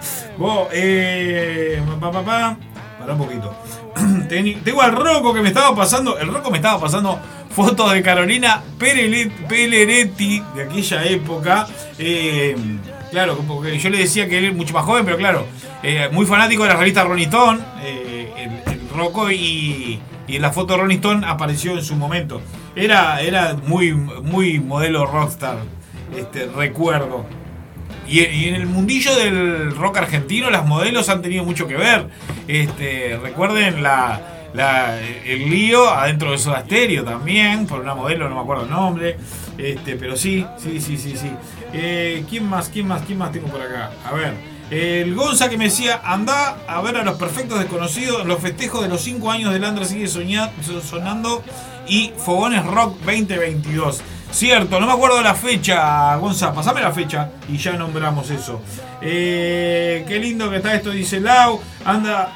Pará un poquito. Tengo al Rocco que me estaba pasando. El Rocco me estaba pasando fotos de Carolina Pelleretti de aquella época. Claro, porque yo le decía que él es mucho más joven, pero claro, muy fanático de la revista Rolling Stone, el Rocco, y en la foto de Rolling Stone apareció en su momento. Era muy modelo rockstar, recuerdo. Y en el mundillo del rock argentino las modelos han tenido mucho que ver. Recuerden el lío adentro de Soda Stereo también, por una modelo, no me acuerdo el nombre. Pero sí. ¿Quién más tengo por acá? A ver, el Gonza que me decía, anda a ver a Los Perfectos Desconocidos en los festejos de los 5 años del Andra sigue sonando, y Fogones Rock 2022. Cierto, no me acuerdo de la fecha, Gonza, pasame la fecha y ya nombramos eso. Qué lindo que está esto, dice Lau. Anda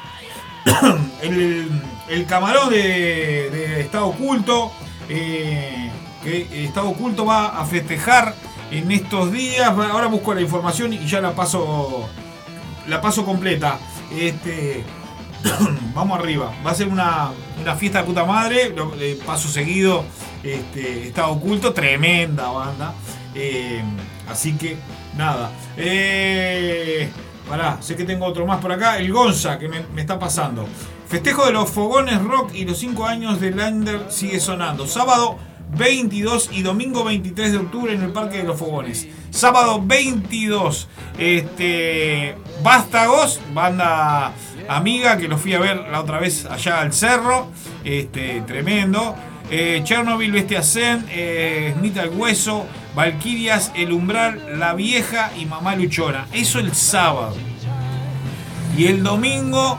el camarón de Estado Oculto, que Estado Oculto va a festejar en estos días. Ahora busco la información y ya la paso completa. Vamos arriba, va a ser una fiesta de puta madre. Paso seguido Estado Oculto, tremenda banda. Así que nada, pará, sé que tengo otro más por acá. El Gonza que me está pasando. Festejo de los Fogones Rock y los 5 años de Lander sigue sonando. Sábado 22 y domingo 23 de octubre en el Parque de los Fogones. Sábado 22, Vástagos, banda amiga que lo fui a ver la otra vez allá al cerro, tremendo. Chernobyl, Bestia Zen, Smith al Hueso, Valquirias, El Umbral, La Vieja y Mamá Luchona. Eso el sábado. Y el domingo,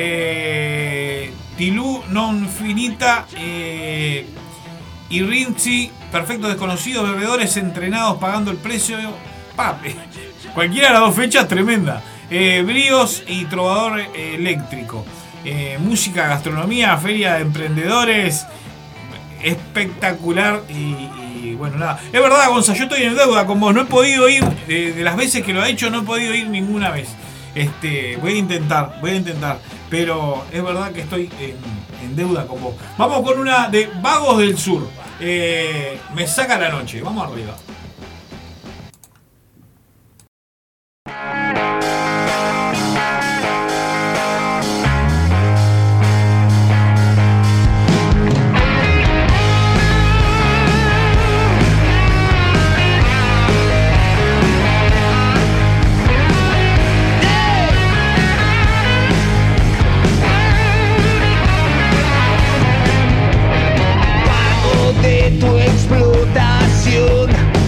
Tilú Non Finita, y Rinzi, Perfectos Desconocidos, Bebedores Entrenados pagando el precio. Cualquiera de las dos fechas, tremenda. Bríos y Trovador Eléctrico. Música, gastronomía, feria de emprendedores. Espectacular. Y bueno, nada. Es verdad, Gonza, yo estoy en deuda con vos. No he podido ir, de las veces que lo he hecho, no he podido ir ninguna vez. Voy a intentar. Pero es verdad que estoy en deuda con vos. Vamos con una de Vagos del Sur. Me saca la noche. Vamos arriba. De tu explotación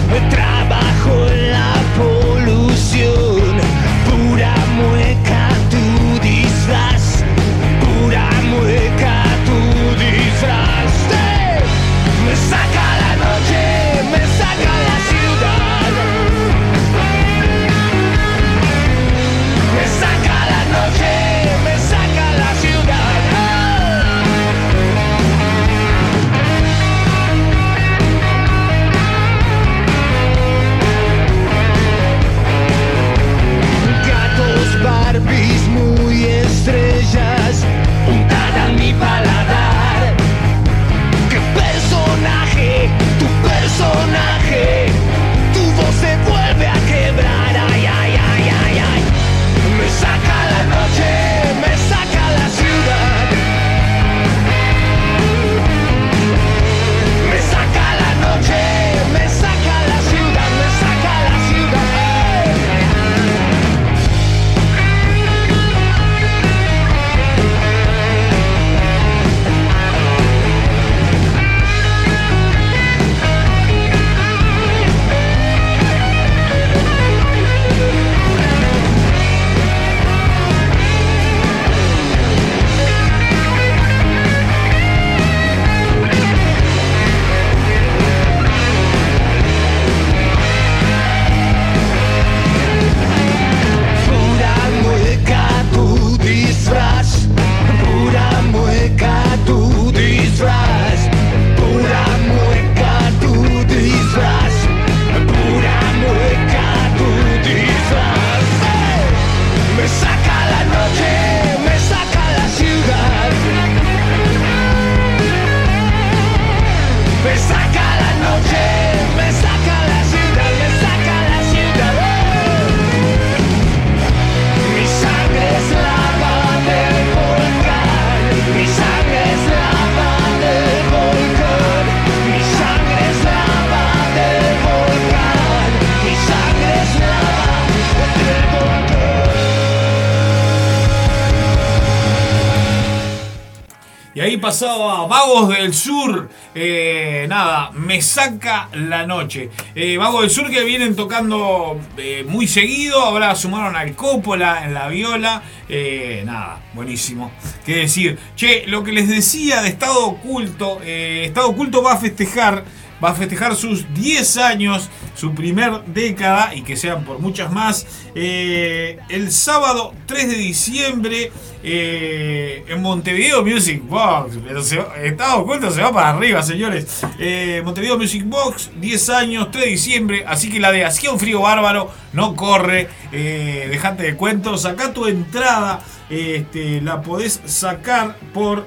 ahí pasaba Vagos del Sur. Nada, me saca la noche. Vagos del Sur que vienen tocando muy seguido. Ahora sumaron al Coppola en la viola. Nada, buenísimo. Qué decir. Che, lo que les decía de Estado Oculto. Estado Oculto va a festejar sus 10 años, su primer década, y que sean por muchas más, el sábado 3 de diciembre en Montevideo Music Box. Pero Estado Oculto se va para arriba, señores. Montevideo Music Box, 10 años, 3 de diciembre, así que la de Hacía un frío bárbaro no corre. Dejate de cuentos, sacá tu entrada. La podés sacar por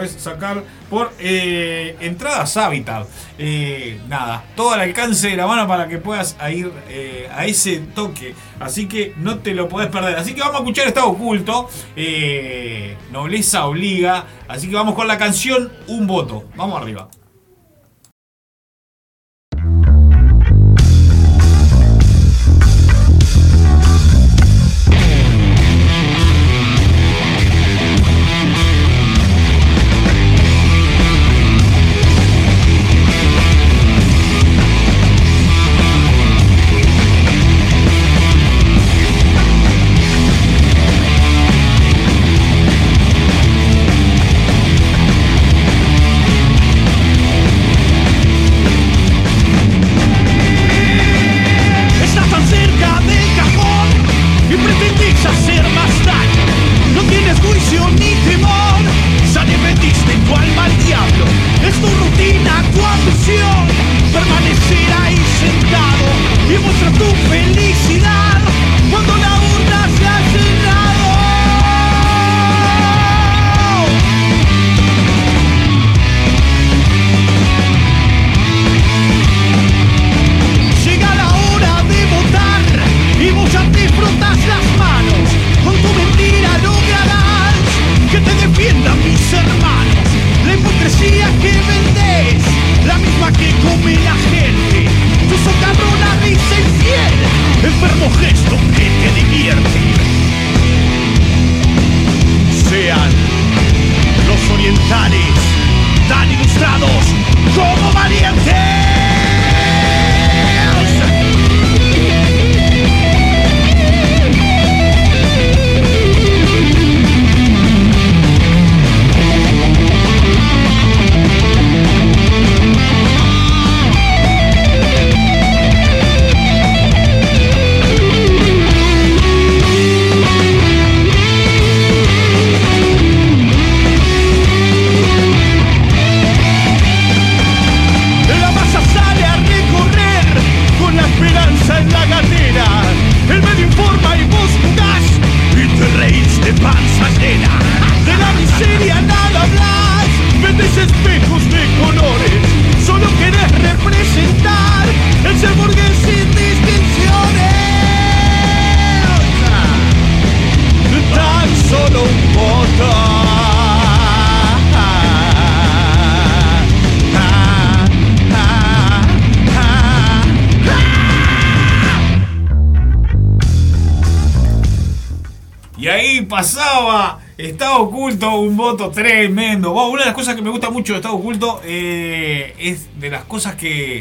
Entradas Habitat. Nada, todo al alcance de la mano para que puedas ir a ese toque. Así que no te lo podés perder. Así que vamos a escuchar Estado Oculto. Nobleza obliga. Así que vamos con la canción Un Voto. Vamos arriba. Pasaba Estado Oculto, un voto tremendo. Wow, una de las cosas que me gusta mucho de Estado Oculto es de las cosas que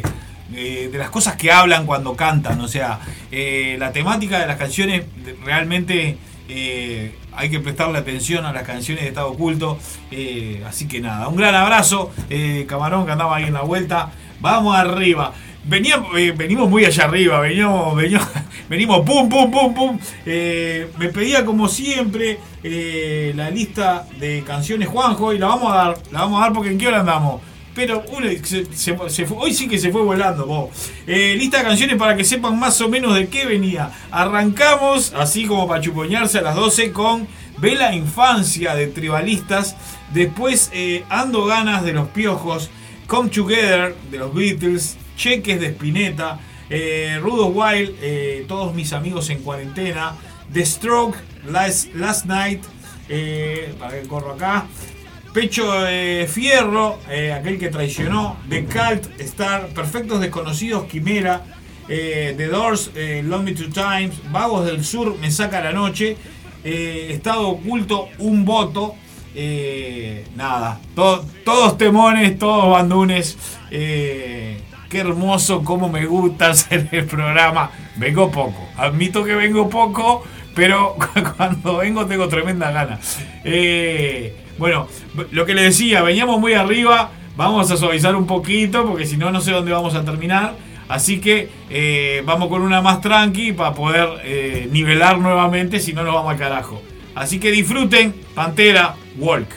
hablan cuando cantan. O sea, la temática de las canciones realmente hay que prestarle atención a las canciones de Estado Oculto. Así que nada, un gran abrazo, Camarón, que andaba ahí en la vuelta. Vamos arriba. Venimos muy allá arriba, venimos pum, pum, pum, pum. Me pedía como siempre la lista de canciones Juanjo y la vamos a dar porque en qué hora andamos. Pero hoy sí que se fue volando, vos. Lista de canciones para que sepan más o menos de qué venía. Arrancamos, así como para chupoñarse, a las 12 con Ve la Infancia de Tribalistas. Después Ando Ganas de Los Piojos. Come Together de los Beatles. Cheques de Spinetta, Rudo Wild, Todos Mis Amigos en Cuarentena, The Stroke, Last Night, para que corro acá, Pecho Fierro, Aquel que Traicionó, The Cult, Star, Perfectos Desconocidos, Quimera, The Doors, Love Me Two Times, Vagos del Sur, Me Saca la Noche, Estado Oculto, Un Voto, Nada, todos temones, todos bandunes. Qué hermoso, cómo me gusta hacer el programa. Vengo poco, admito que vengo poco, pero cuando vengo tengo tremenda gana. Bueno, lo que le decía, veníamos muy arriba, vamos a suavizar un poquito porque si no, no sé dónde vamos a terminar. Así que vamos con una más tranqui para poder nivelar nuevamente, si no nos vamos al carajo. Así que disfruten Pantera, Walk.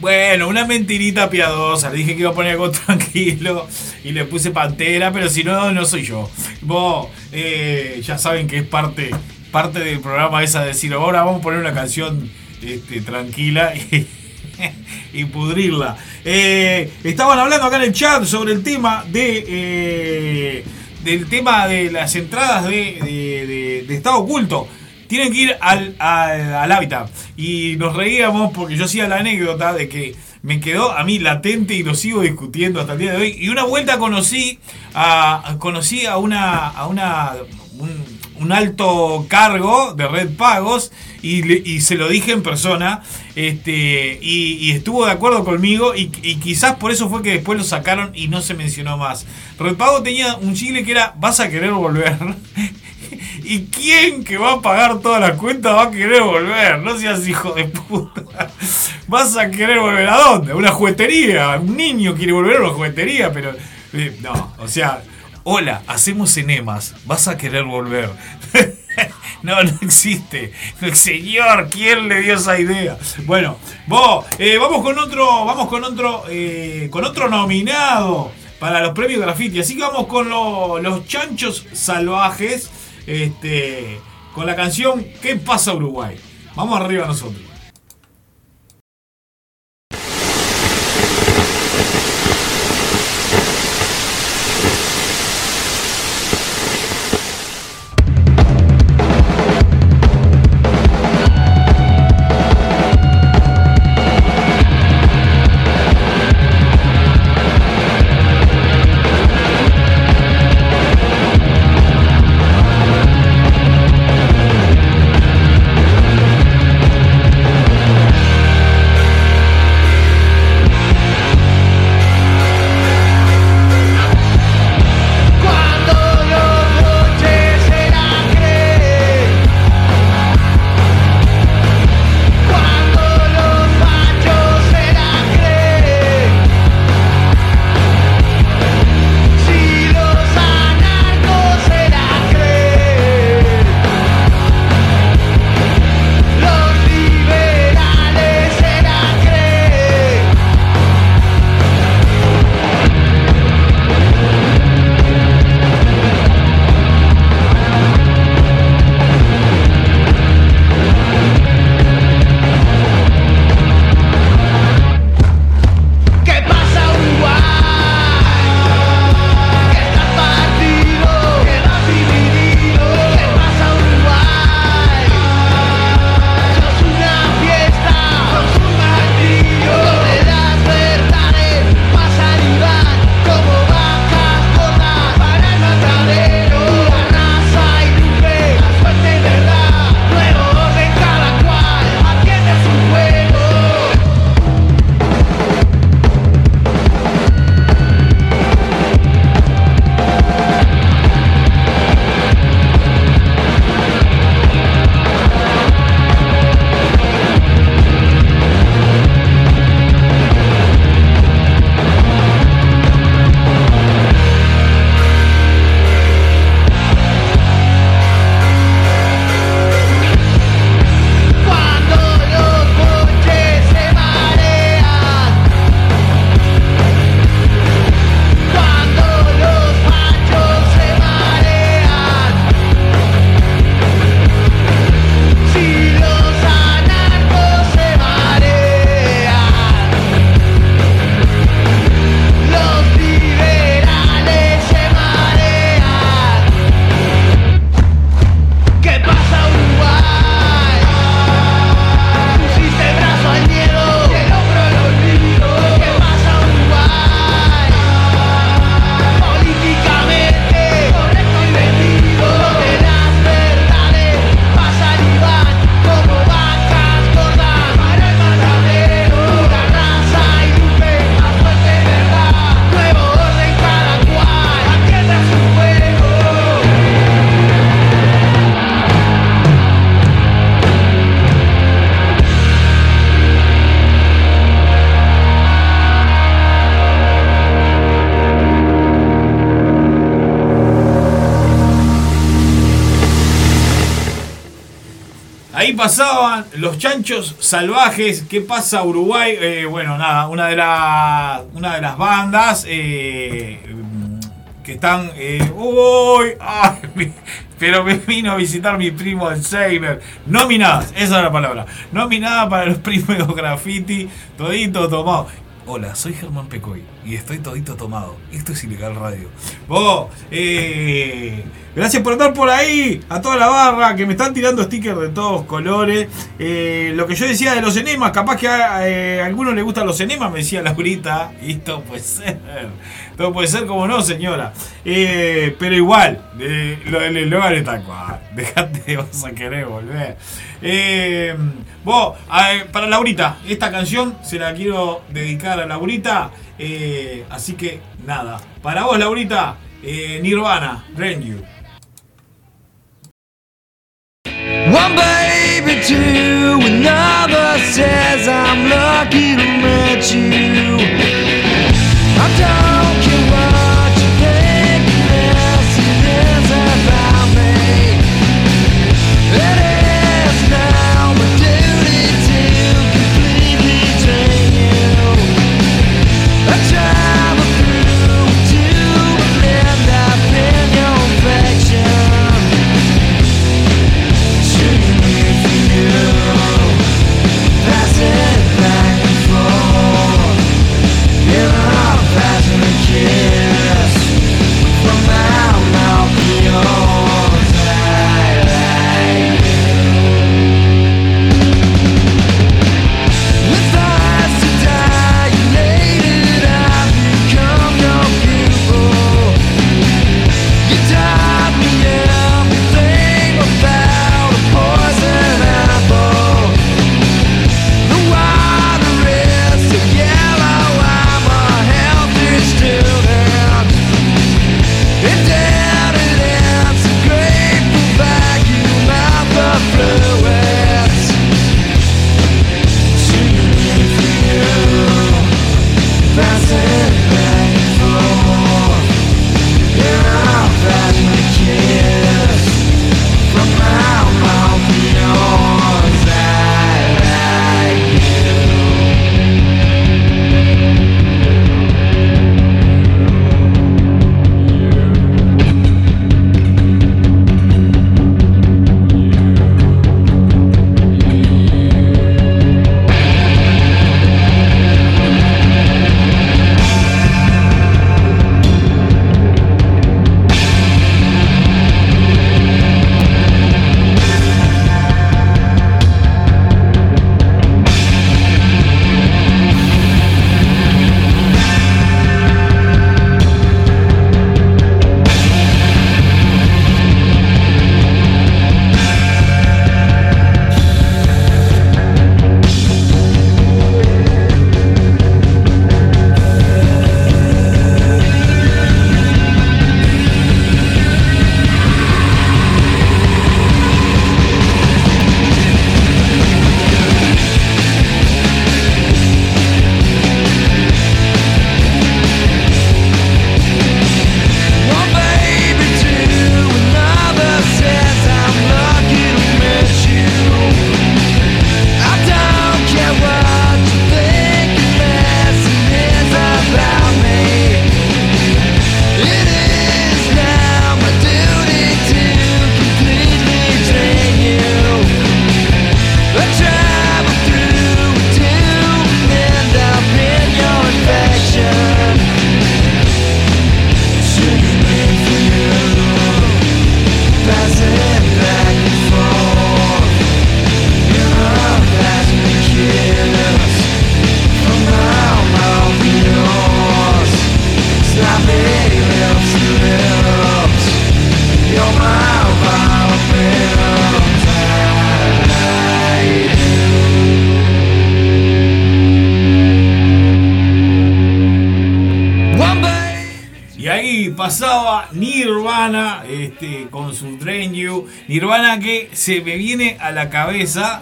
Bueno, una mentirita piadosa. Le dije que iba a poner algo tranquilo y le puse Pantera, pero si no, no soy yo. Vos ya saben que es parte del programa esa de decir, ahora vamos a poner una canción tranquila y pudrirla. Estaban hablando acá en el chat sobre el tema del tema de las entradas de Estado Oculto. Tienen que ir al hábitat. Y nos reíamos porque yo hacía la anécdota de que me quedó a mí latente y lo sigo discutiendo hasta el día de hoy. Y una vuelta conocí a un alto cargo de Red Pagos y se lo dije en persona, y estuvo de acuerdo conmigo y quizás por eso fue que después lo sacaron y no se mencionó más. Red Pago tenía un chile que era ¿vas a querer volver? ¿Y quién que va a pagar todas las cuentas va a querer volver? No seas hijo de puta. ¿Vas a querer volver a dónde? ¿A una juguetería? Un niño quiere volver a una juguetería, pero no, o sea, hola, hacemos enemas, ¿vas a querer volver? No existe. Señor, ¿quién le dio esa idea? Bueno, vamos con otro nominado para los premios Graffiti. Así que vamos con los Chanchos Salvajes, con la canción ¿Qué pasa Uruguay? Vamos arriba nosotros. pasaban Los Chanchos Salvajes. ¿Qué pasa, Uruguay? Bueno, nada, una de las bandas que están. ¡Uy! ¡Ay! Pero me vino a visitar mi primo Alzheimer. Nominadas, esa es la palabra. Nominada para los premios Graffiti. Todito tomado. Hola, soy Germán Pecoy y estoy todito tomado. Esto es Ilegal Radio. Vos, gracias por estar por ahí. A toda la barra que me están tirando stickers de todos colores. Lo que yo decía de los enemas, capaz que a algunos les gustan los enemas, me decía Laurita. Y esto puede ser. Todo puede ser como no, señora. Pero igual, el eslogan está cual. Dejate, vas a querer volver. Vos, para Laurita, esta canción se la quiero dedicar a Laurita. Así que nada, para vos, Laurita, Nirvana, Brand You. One baby, two, another says I'm lucky to meet you. I don't care what you think, this is about me. It is now my duty to completely drain you. I travel through to blend up in your affection. Shooting me for you, passing back and forth. In a passionate kiss from my mouth to yours. I like you. With eyes so dilated, I've become your pupil. You taught me everything about a poison apple. The water is so yellow, I'm a healthy student. Indebted in some grateful vacuum out the fluids. Shooting for you, passing back and forth. In a passionate kiss from my mouth to yours. I like you. One baby, two, another says I'm lucky to meet you. I don't care what you think, unless it is about me. It is now my duty to completely drain you. I travel through to end up in your infection. Shooting me for you, passing back and forth. In a passionate kiss from my mouth to yours. Sloppy lips to lips. You're my violins. I do. One baby. Y ahí pasaba Nirvana con su Drain You. Nirvana que se me viene a la cabeza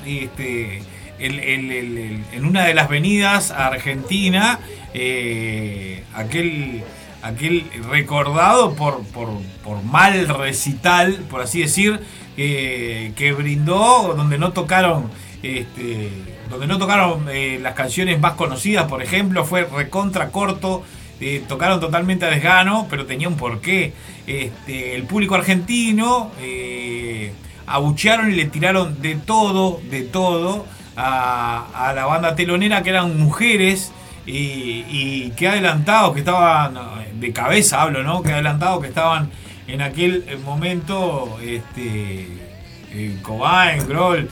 en una de las venidas a Argentina, aquel recordado por mal recital, por así decir, que brindó, donde no tocaron las canciones más conocidas, por ejemplo, fue recontra corto. Tocaron totalmente a desgano, pero tenía un porqué. El público argentino abuchearon y le tiraron de todo a la banda telonera, que eran mujeres, y que adelantados que estaban, de cabeza hablo, ¿no? Que adelantados que estaban en aquel momento, Cobain, Grohl,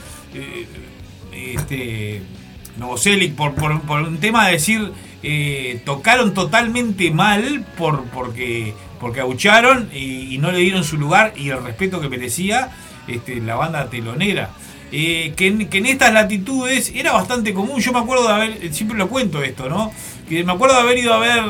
Novoselic, por un tema de decir, tocaron totalmente mal porque abucharon y no le dieron su lugar y el respeto que merecía la banda telonera. Que en estas latitudes era bastante común. Yo me acuerdo de haber, siempre lo cuento esto, ¿no? Que me acuerdo de haber ido a ver,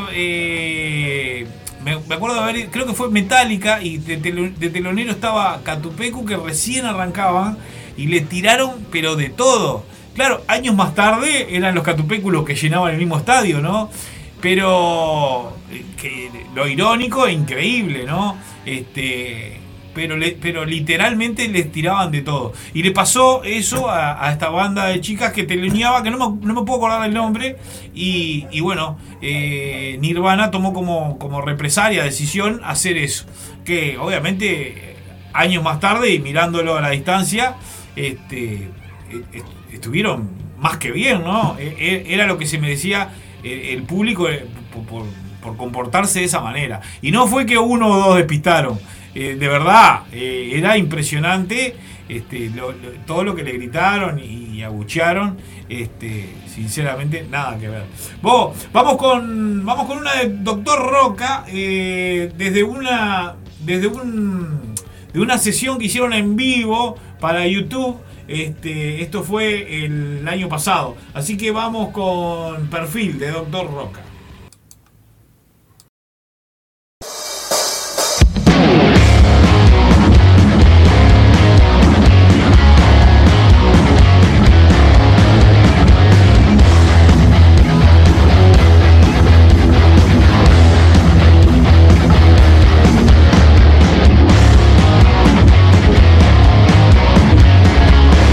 me acuerdo de haber, creo que fue Metallica, y de telonero estaba Catupecu, que recién arrancaban y le tiraron pero de todo. Claro, años más tarde eran los Catupecu los que llenaban el mismo estadio, ¿no? Pero lo irónico e increíble, ¿no? Pero literalmente les tiraban de todo. Y le pasó eso a esta banda de chicas que teloneaba, que no me puedo acordar del nombre. Y bueno, Nirvana tomó como represalia, decisión, hacer eso. Que obviamente años más tarde, y mirándolo a la distancia, estuvieron más que bien, ¿no? Era lo que se merecía el público por comportarse de esa manera. Y no fue que uno o dos despistaron. De verdad, era impresionante todo lo que le gritaron y abuchearon. Sinceramente, nada que ver. Vamos con una de Doctor Roca, desde una sesión que hicieron en vivo para YouTube. Esto fue el año pasado. Así que vamos con Perfil de Doctor Roca.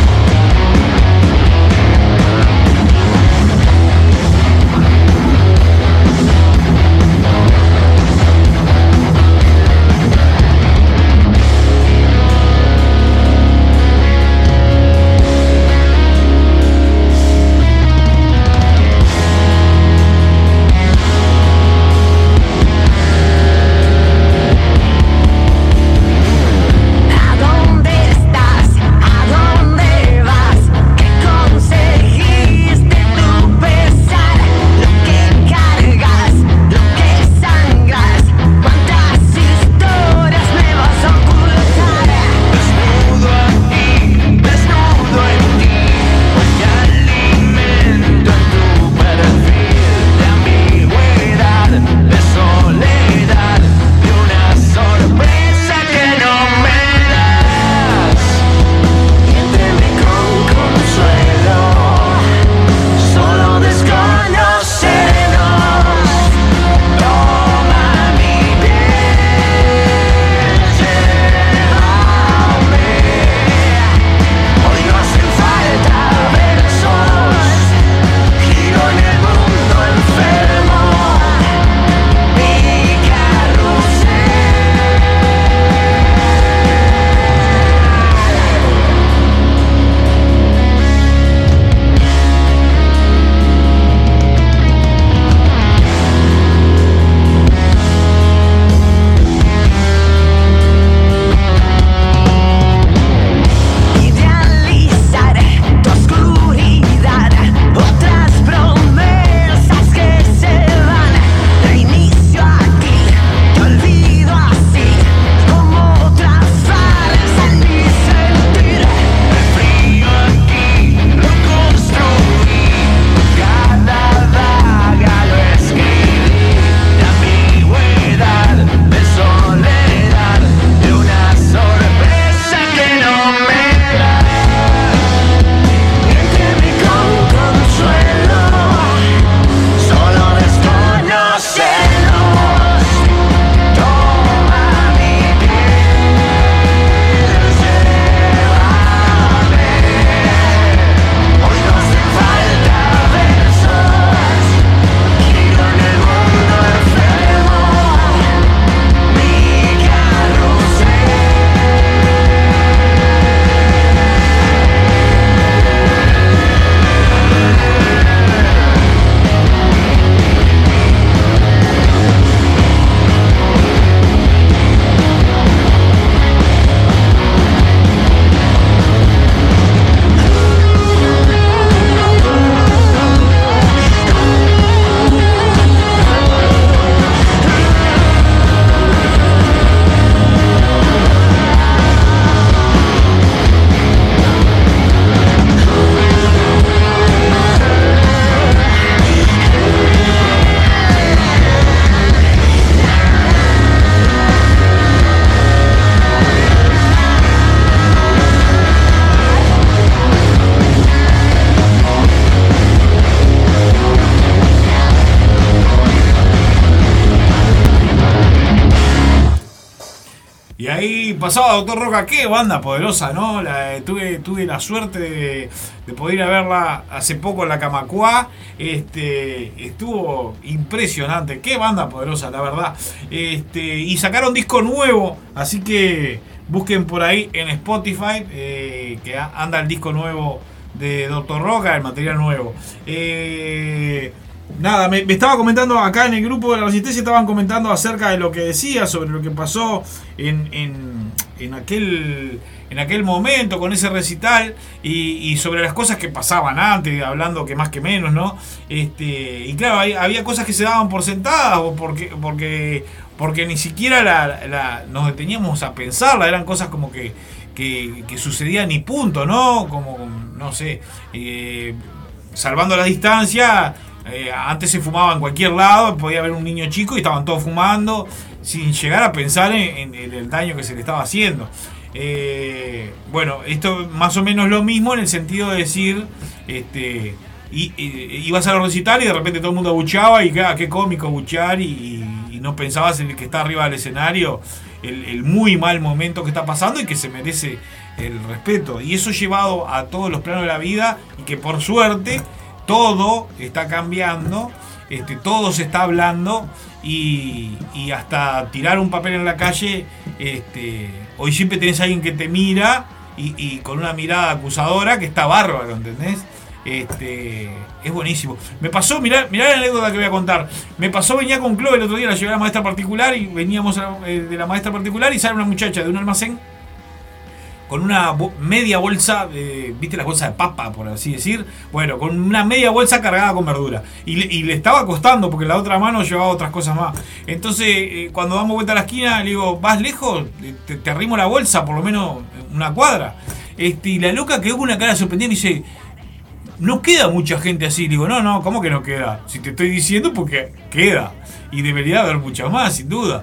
Perfil ahí pasaba Doctor Roca, qué banda poderosa, ¿no? Tuve la suerte de poder ir a verla hace poco en la Camacuá. Estuvo impresionante, qué banda poderosa, la verdad. Y sacaron disco nuevo, así que busquen por ahí en Spotify que anda el disco nuevo de Doctor Roca, el material nuevo. Nada, me estaba comentando acá en el grupo de la Resistencia, estaban comentando acerca de lo que decía, sobre lo que pasó en aquel momento con ese recital y sobre las cosas que pasaban antes, hablando que más que menos, ¿no? Y claro, había cosas que se daban por sentadas o porque ni siquiera nos deteníamos a pensarla, eran cosas como que sucedían y punto, ¿no? Como, no sé, salvando la distancia. Antes se fumaba en cualquier lado, podía haber un niño chico y estaban todos fumando sin llegar a pensar en el daño que se le estaba haciendo. Bueno, esto más o menos lo mismo en el sentido de decir, ibas a los recitales y de repente todo el mundo abucheaba y qué cómico abuchear y no pensabas en el que está arriba del escenario, el muy mal momento que está pasando y que se merece el respeto. Y eso llevado a todos los planos de la vida y que por suerte todo está cambiando, todo se está hablando y hasta tirar un papel en la calle, hoy siempre tenés a alguien que te mira y con una mirada acusadora que está bárbaro, ¿entendés? Es buenísimo. Me pasó, mirá la anécdota que voy a contar. Me pasó, venía con Chloe el otro día, la llevé a la maestra particular y veníamos de la maestra particular y sale una muchacha de un almacén con una media bolsa, ¿viste las bolsas de papa, por así decir? Bueno, con una media bolsa cargada con verdura. Y le estaba costando, porque en la otra mano llevaba otras cosas más. Entonces, cuando damos vuelta a la esquina, le digo, ¿vas lejos? Te arrimo la bolsa, por lo menos una cuadra. Y la loca quedó con una cara sorprendida y me dice, no queda mucha gente así. Le digo, no, ¿cómo que no queda? Si te estoy diciendo, porque queda. Y debería haber mucha más, sin duda.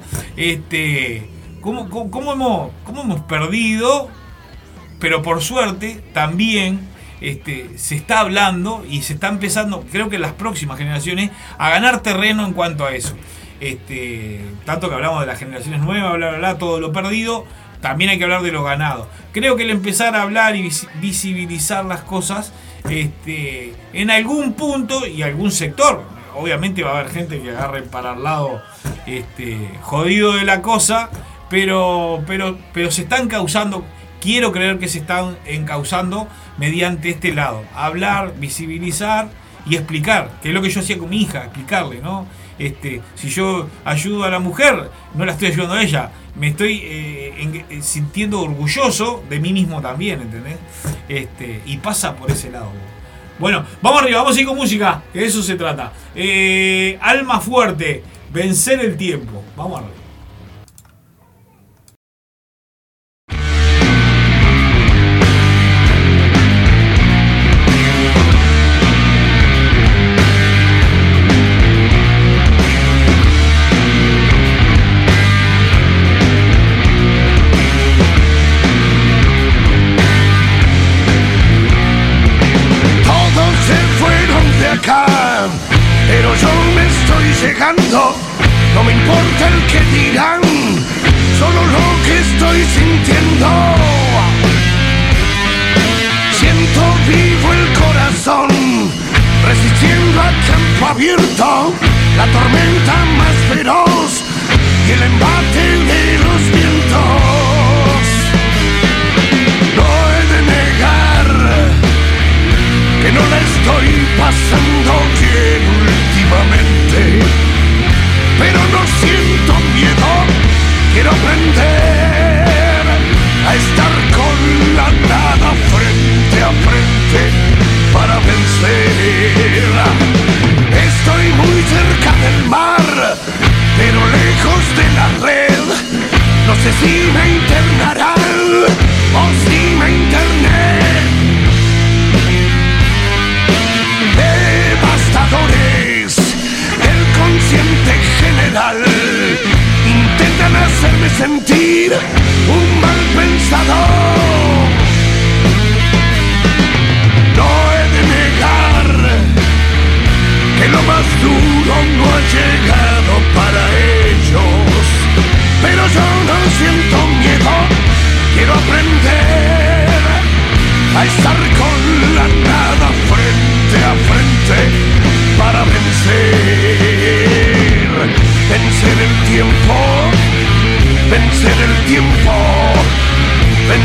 ¿Cómo hemos perdido? Pero por suerte también se está hablando y se está empezando, creo que en las próximas generaciones, a ganar terreno en cuanto a eso. Tanto que hablamos de las generaciones nuevas, bla, bla, bla, todo lo perdido, también hay que hablar de lo ganado. Creo que el empezar a hablar y visibilizar las cosas, en algún punto y algún sector, obviamente va a haber gente que agarre para el lado jodido de la cosa, pero se están causando. Quiero creer que se están encauzando mediante este lado. Hablar, visibilizar y explicar, que es lo que yo hacía con mi hija, explicarle, ¿no? Si yo ayudo a la mujer, no la estoy ayudando a ella, me estoy sintiendo orgulloso de mí mismo también, ¿entendés? Y pasa por ese lado. Bueno, vamos arriba, vamos a ir con música, que de eso se trata. Alma fuerte, vencer el tiempo. Vamos arriba. Pero yo me estoy llegando, no me importa el que dirán, solo lo que estoy sintiendo. Siento vivo el corazón, resistiendo a campo abierto, la tormenta más feroz y el embate de los vientos. No he de negar que no la estoy pasando bien últimamente, pero no siento miedo, quiero aprender a estar con la nada frente a frente para vencer. Estoy muy cerca del mar, pero lejos de la red, no sé si me internarán o si me interné. Devastadores del consciente general intentan hacerme sentir un mal pensador. No he de negar que lo más duro no ha llegado para ellos, pero yo no siento miedo.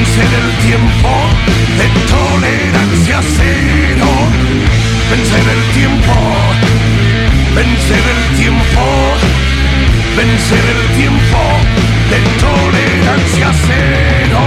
Vencer el tiempo de tolerancia cero. Vencer el tiempo, vencer el tiempo, vencer el tiempo de tolerancia cero.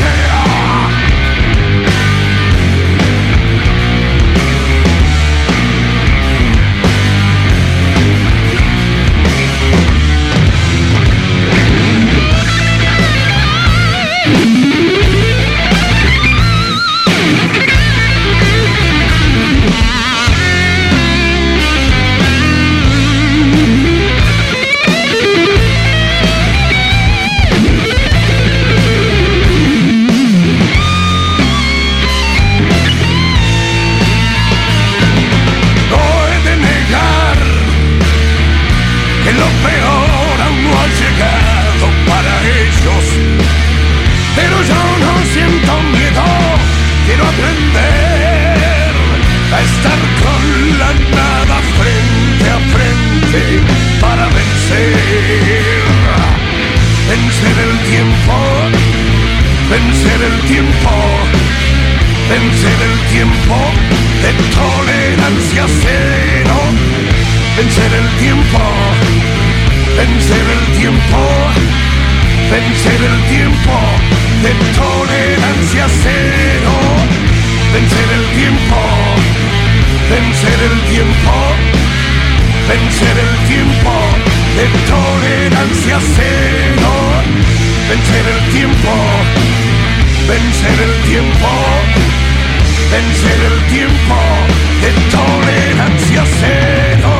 Vencer el tiempo, vencer el tiempo de tolerancia cero. Vencer el tiempo, vencer el tiempo, vencer el tiempo de tolerancia cero. Vencer el tiempo, vencer el tiempo, vencer el tiempo de tolerancia cero. Vencer el tiempo, vencer el tiempo, vencer el tiempo de tolerancia cero.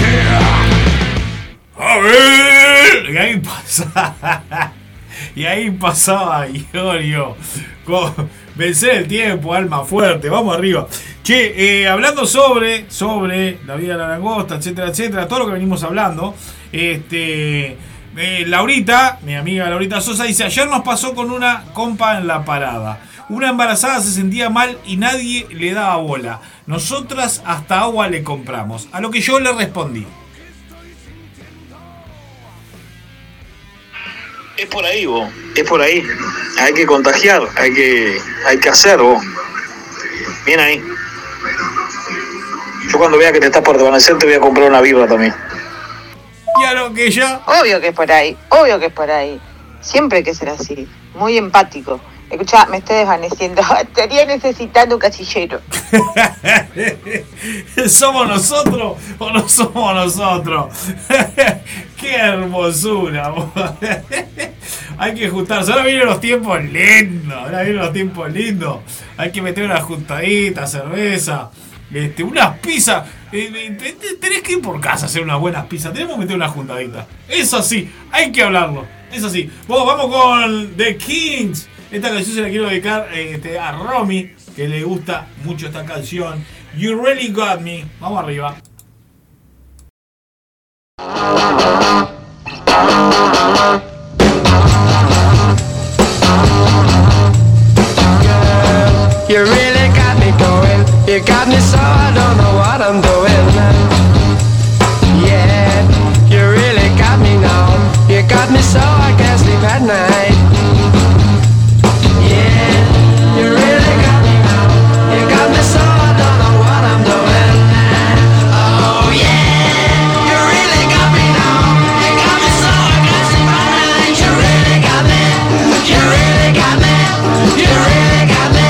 A ver, y ahí pasaba Iorio con vencer el tiempo, alma fuerte, vamos arriba. Che, hablando sobre la vida de la langosta, etcétera, etcétera, todo lo que venimos hablando, Laurita, mi amiga Laurita Sosa, dice: ayer nos pasó con una compa en la parada. Una embarazada se sentía mal y nadie le daba bola. Nosotras hasta agua le compramos. A lo que yo le respondí: es por ahí, vos. Es por ahí. Hay que contagiar. Hay que hacer, vos. Bien ahí. Yo cuando vea que te estás por desvanecer te voy a comprar una birra también. Y a lo que ya... Obvio que es por ahí, obvio que es por ahí. Siempre hay que ser así, muy empático. Escuchá, me estoy desvaneciendo. Estaría necesitando un casillero. ¿Somos nosotros o no somos nosotros? ¡Qué hermosura! Hay que juntarse. Ahora vienen los tiempos lindos. Hay que meter una juntadita, cerveza, unas pizzas. Tenés que ir por casa a hacer unas buenas pizzas. Tenemos que meter una juntadita. Eso sí, hay que hablarlo. Eso sí. Vamos con The Kings. Esta canción se la quiero dedicar a Romy, que le gusta mucho esta canción. You Really Got Me. Vamos arriba. You really got me going. You got me so I don't know what I'm doing. Yeah, you really got me now. You got me so I can't sleep at night. Yeah, you really got me now. You got me so I don't know what I'm doing. Oh yeah, you really got me now. You got me so I can't sleep at night. You really got me. You really got me. You really got me.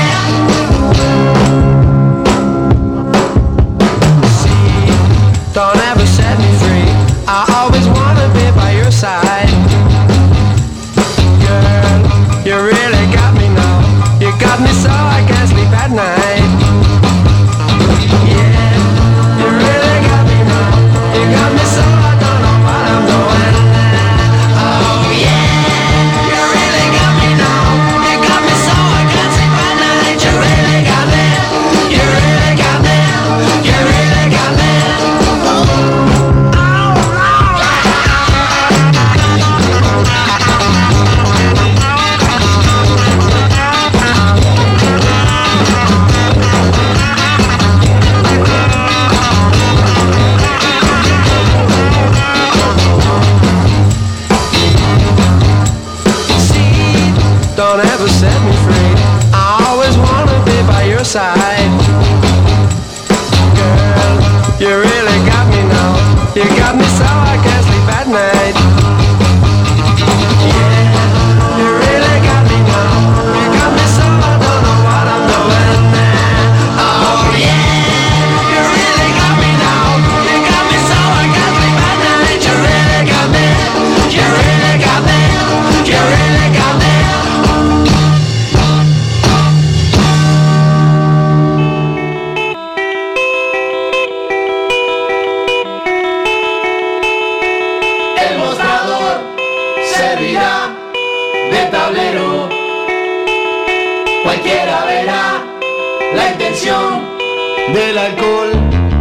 Don't ever set me free. I always wanna be by your side. Girl, you really got me now. You got me so I can't sleep at night. Yeah, you really got me now. You got me so I don't know what I'm doing. Oh yeah, you really got me now. You got me so I can't sleep at night. You really got me. You really got me. You really got me. servirá de tablero. Cualquiera verá la intención del alcohol.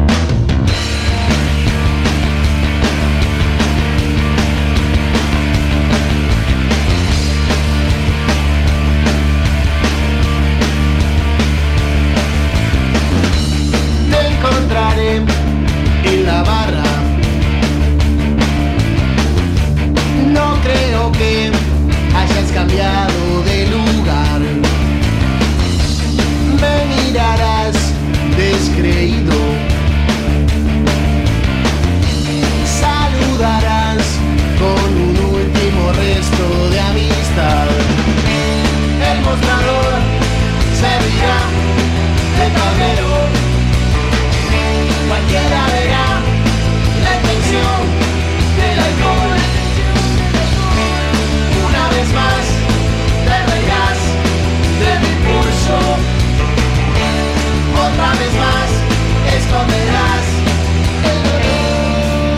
Te encontraré en la barra. No creo que hayas cambiado de lugar. Me mirarás descreído. Saludarás con un último resto de amistad. El mostrador servirá de tablero. Cualquiera verá la intención del alcohol. Una vez más te reirás de mi pulso. Otra vez más esconderás el dolor.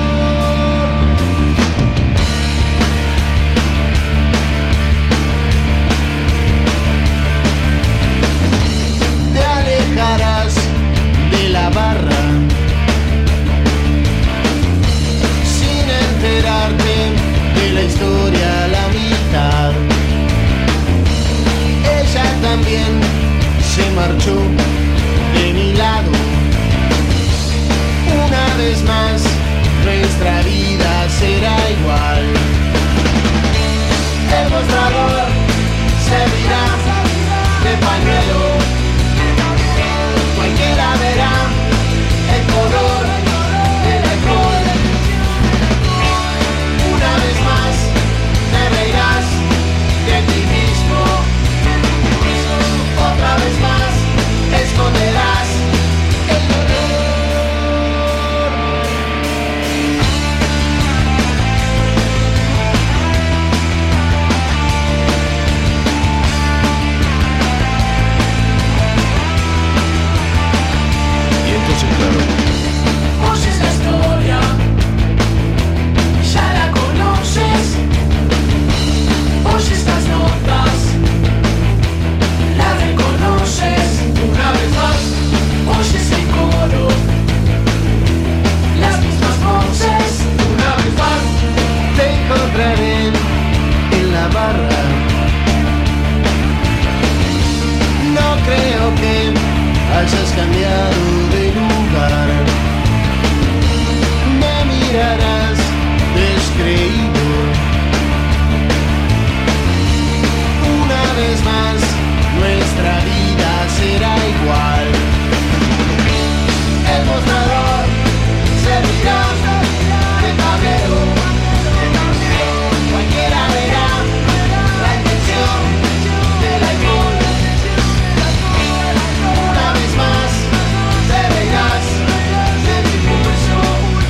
Te alejarás de la barra sin enterarte de la historia a la mitad. Ella también se marchó de mi lado. Una vez más nuestra vida será igual. El mostrador servirá de pañuelo. Cualquiera verá el color del alcohol. Una vez más te reirás de ti mismo. Otra vez más esconderás el dolor. Y entonces, claro, Oyes la historia, ya la conoces. Oyes las notas, la reconoces. Una vez más, oyes el coro, las mismas voces. Una vez más, te encontraré en la barra. No creo que hayas cambiado de lugar. Me mirarás descreído. Una vez más nuestra vida será igual. El mostrador servirá de tablero. Cualquiera verá la intención del alcohol. Una vez más te reirás de mi pulso.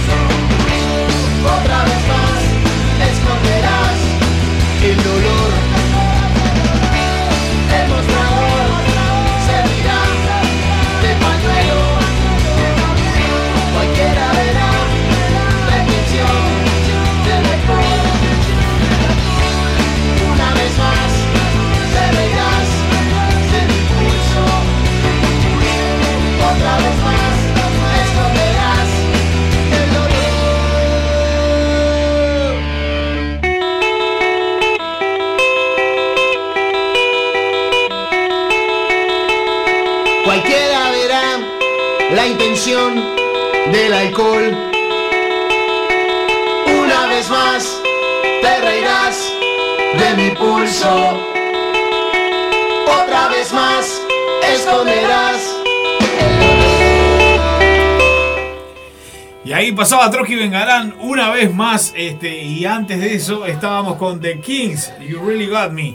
Otra vez más esconderás el dolor. El mostrador servirá de pañuelo. Cualquiera verá la intención del alcohol. Una vez más te reirás de mi pulso. Otra vez más esconderás el dolor. Cualquiera verá la intención del alcohol. Una vez más te reirás de mi pulso. Otra vez más esconderás el dolor. Y ahí pasaba Trotsky Bengalán una vez más, y antes de eso estábamos con The Kings, You Really Got Me.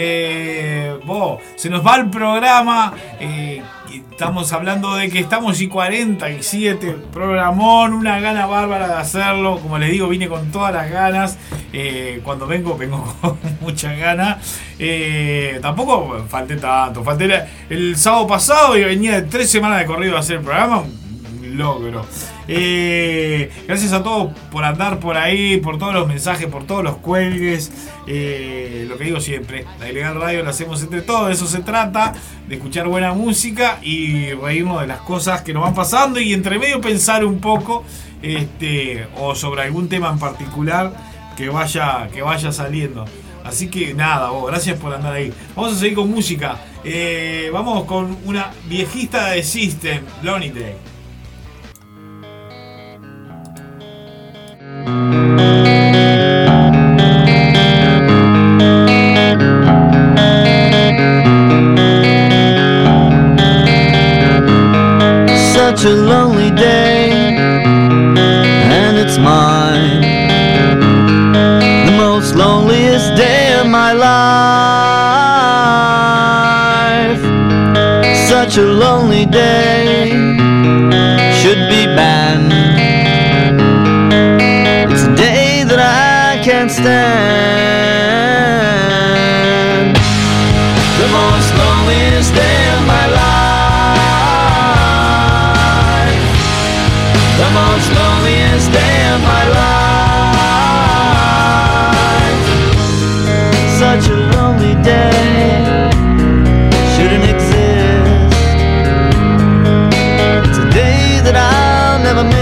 Se nos va el programa, estamos hablando de que estamos y 47, programón, una gana bárbara de hacerlo, como les digo, vine con todas las ganas, cuando vengo con muchas ganas, tampoco falté tanto, falté el sábado pasado y venía de 3 semanas de corrido a hacer el programa, logro. Gracias a todos por andar por ahí, por todos los mensajes, por todos los cuelgues. Lo que digo siempre, la Ilegal Radio la hacemos entre todos, de eso se trata, de escuchar buena música y reírnos de las cosas que nos van pasando y entre medio pensar un poco o sobre algún tema en particular que vaya saliendo. Así que nada, gracias por andar ahí. Vamos a seguir con música. Vamos con una viejista de System, Lonely Day. Such a lonely day, and it's mine, the most loneliest day of my life. Such a lonely day should be banned. It's a day that I can't stand. The most loneliest day of my life. The most loneliest day of my life. Such a lonely day shouldn't exist. It's a day that I'll never miss.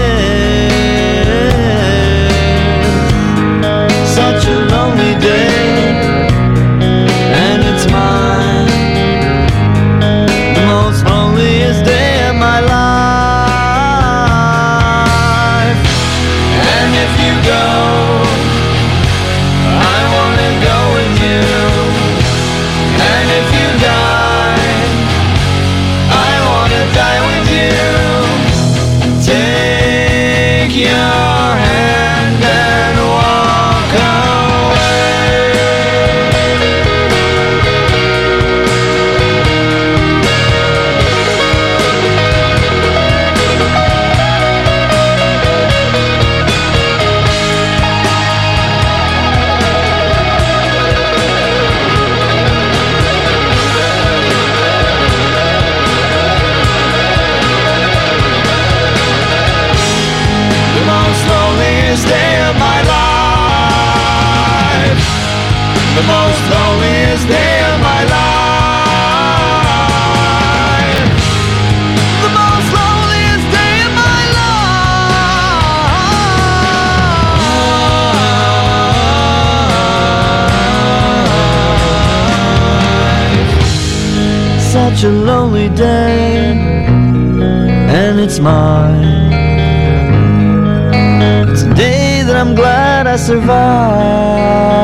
Such a lonely day, and it's mine, the most loneliest day of my life. And if you go, I wanna go with you. And if you die, I wanna die with you. Take your hand and walk away. The most loneliest day of my life. The most loneliest day of my life. The most loneliest day of my life. Such a lonely day, and it's mine. It's a day that I'm glad I survived.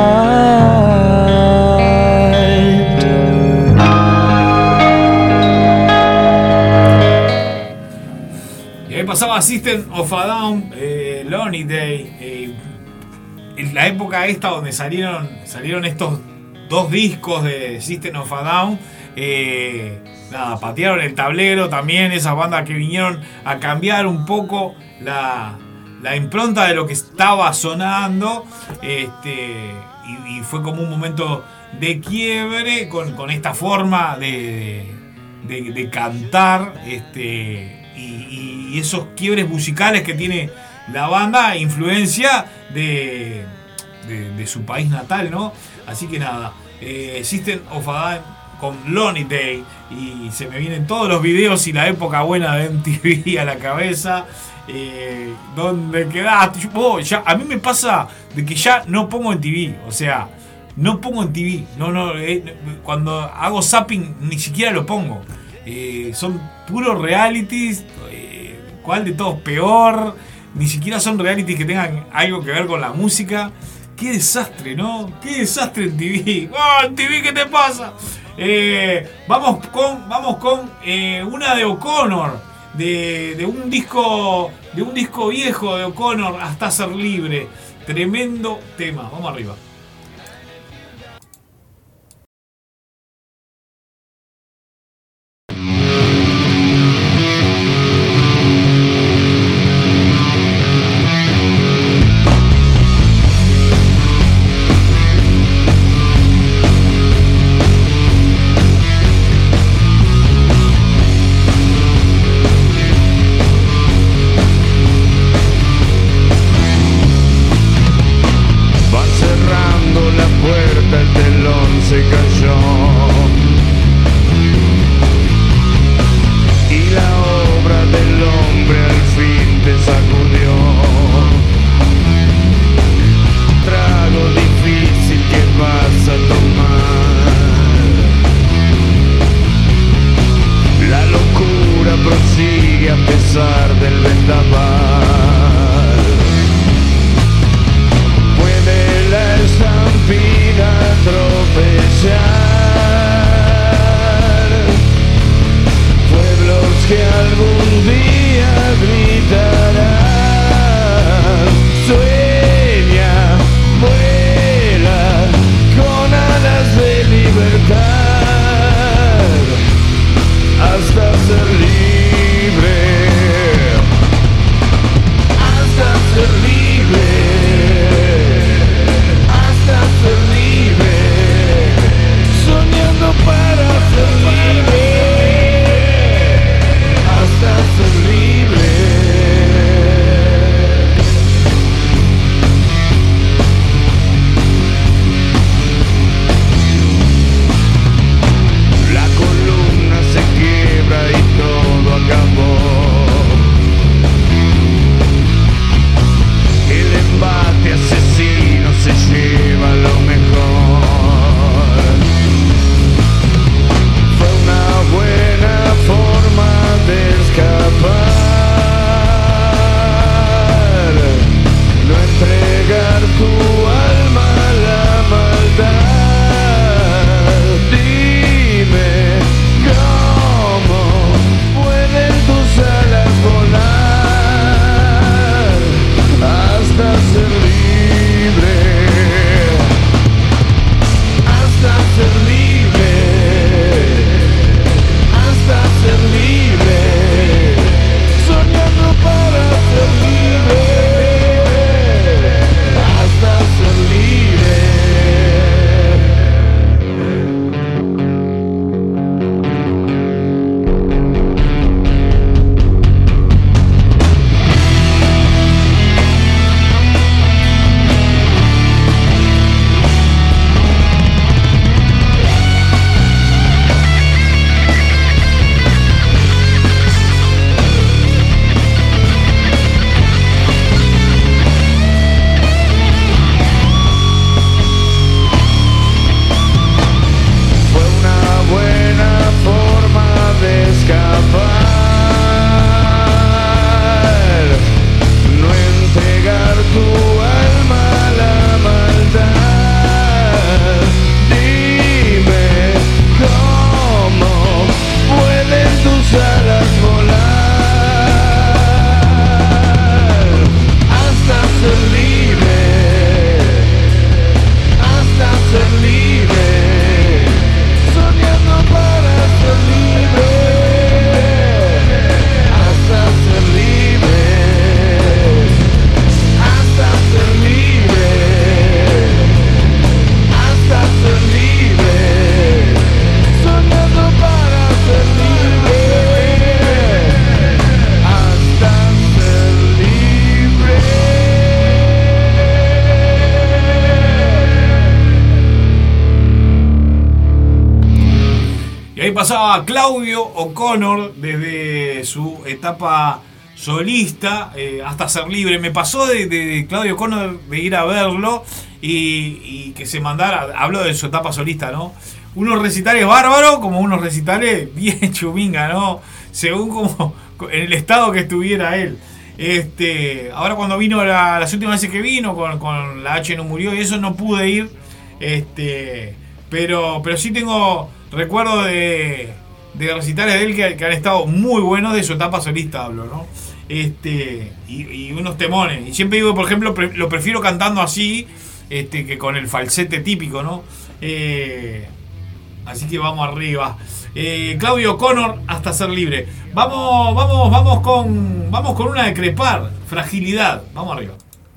Y ahí pasaba System of a Down, Lonely Day. En la época esta donde salieron estos dos discos de System of a Down. Patearon el tablero también, esas bandas que vinieron a cambiar un poco la impronta de lo que estaba sonando, y fue como un momento de quiebre con esta forma de cantar, y esos quiebres musicales que tiene la banda, influencia de su país natal, ¿no? Así que nada, System of a Down con Lonely Day, y se me vienen todos los videos y la época buena de MTV a la cabeza. ¿Dónde quedaste? A mí me pasa de que ya no pongo en TV, o sea, no pongo en TV, cuando hago zapping ni siquiera lo pongo. Son puros realities, ¿cuál de todos peor? Ni siquiera son realities que tengan algo que ver con la música. Qué desastre, ¿no? Qué desastre en TV. ¡Oh, en TV qué te pasa! Vamos con una de O'Connor, de un disco viejo de O'Connor, Hasta Ser Libre. Tremendo tema. Vamos arriba. a Claudio O'Connor desde su etapa solista hasta ser libre. Me pasó de Claudio O'Connor de ir a verlo y que se mandara, hablo de su etapa solista, ¿no? Unos recitales bárbaros como unos recitales bien chuminga, ¿no? Según como en el estado que estuviera él. Ahora cuando vino las últimas veces que vino con la H no murió y eso no pude ir. Pero sí tengo recuerdo de recitales de él que han estado muy buenos, de su etapa solista hablo, ¿no? Y unos temones. Y siempre digo, por ejemplo, lo prefiero cantando así, que con el falsete típico, ¿no? Así que vamos arriba. Claudio O'Connor, hasta ser libre. Vamos con una de Crepar, Fragilidad. Vamos arriba.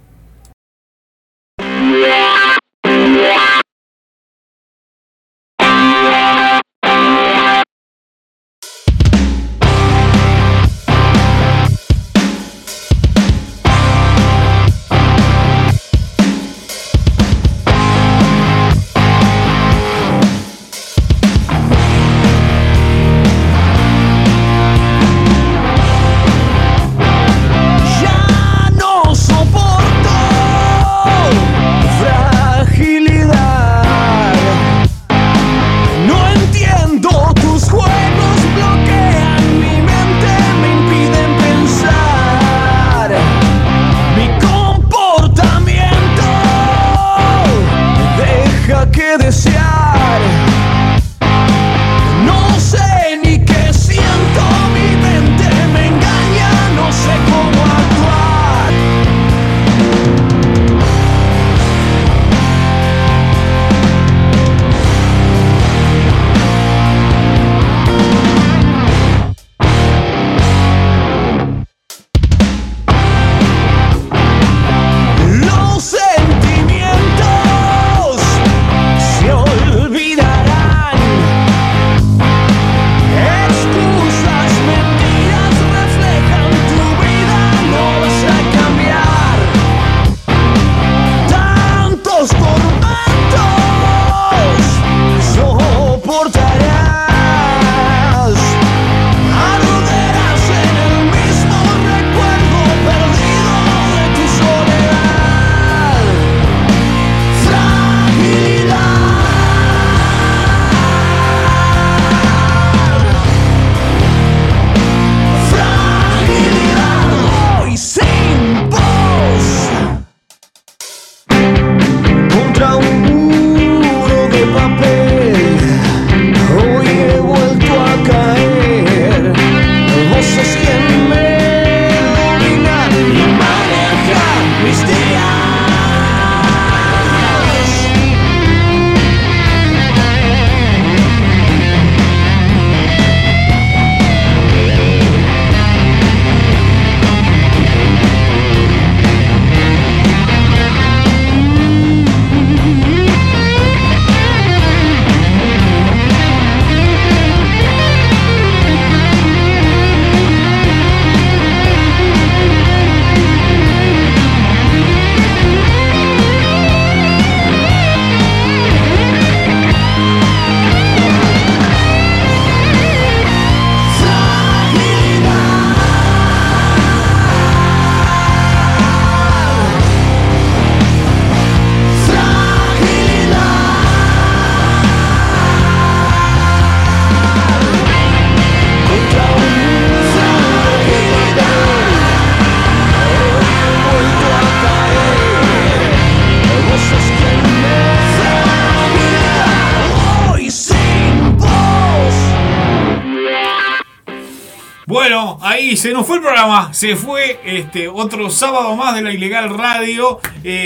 Bueno, ahí se nos fue el programa, se fue otro sábado más de La Ilegal Radio.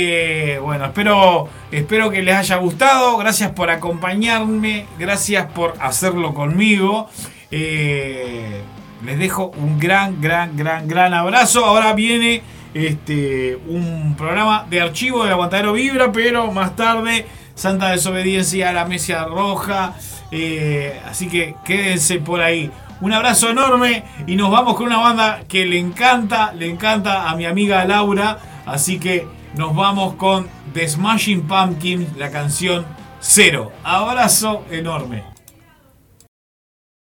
Bueno, espero que les haya gustado. Gracias por acompañarme, gracias por hacerlo conmigo. Les dejo un gran abrazo. Ahora viene un programa de archivo del Aguantadero Vibra, pero más tarde Santa Desobediencia a la Mesa Roja. Así que quédense por ahí. Un abrazo enorme y nos vamos con una banda que le encanta a mi amiga Laura. Así que nos vamos con The Smashing Pumpkins, la canción Cero. Abrazo enorme.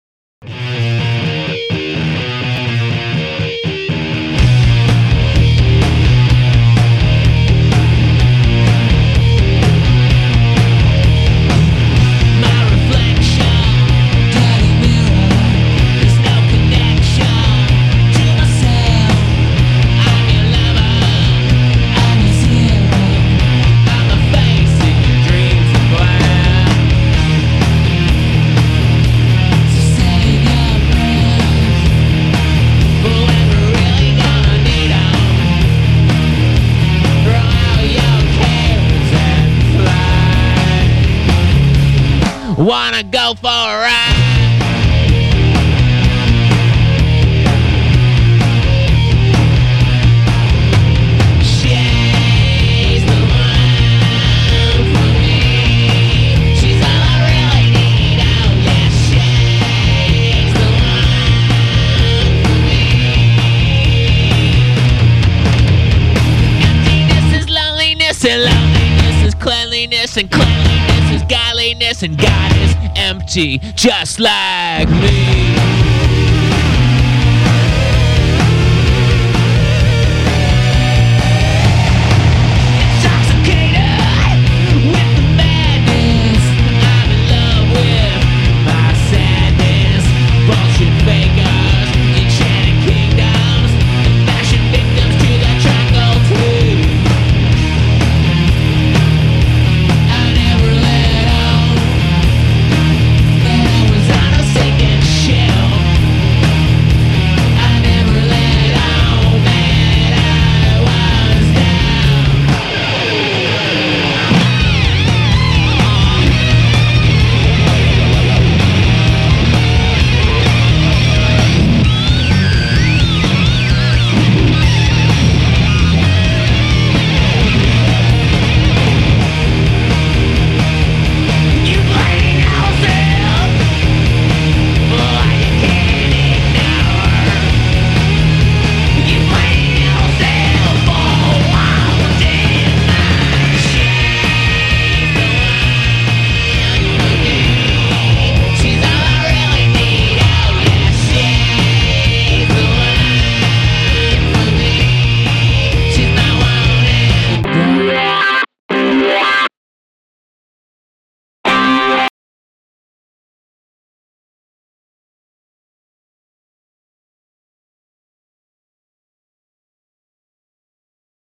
Wanna go for a ride? She's the one for me. She's all I really need. Oh yeah, she's the one for me. Emptiness is loneliness, and loneliness is cleanliness, and cleanliness is godliness, and God is empty, just like me.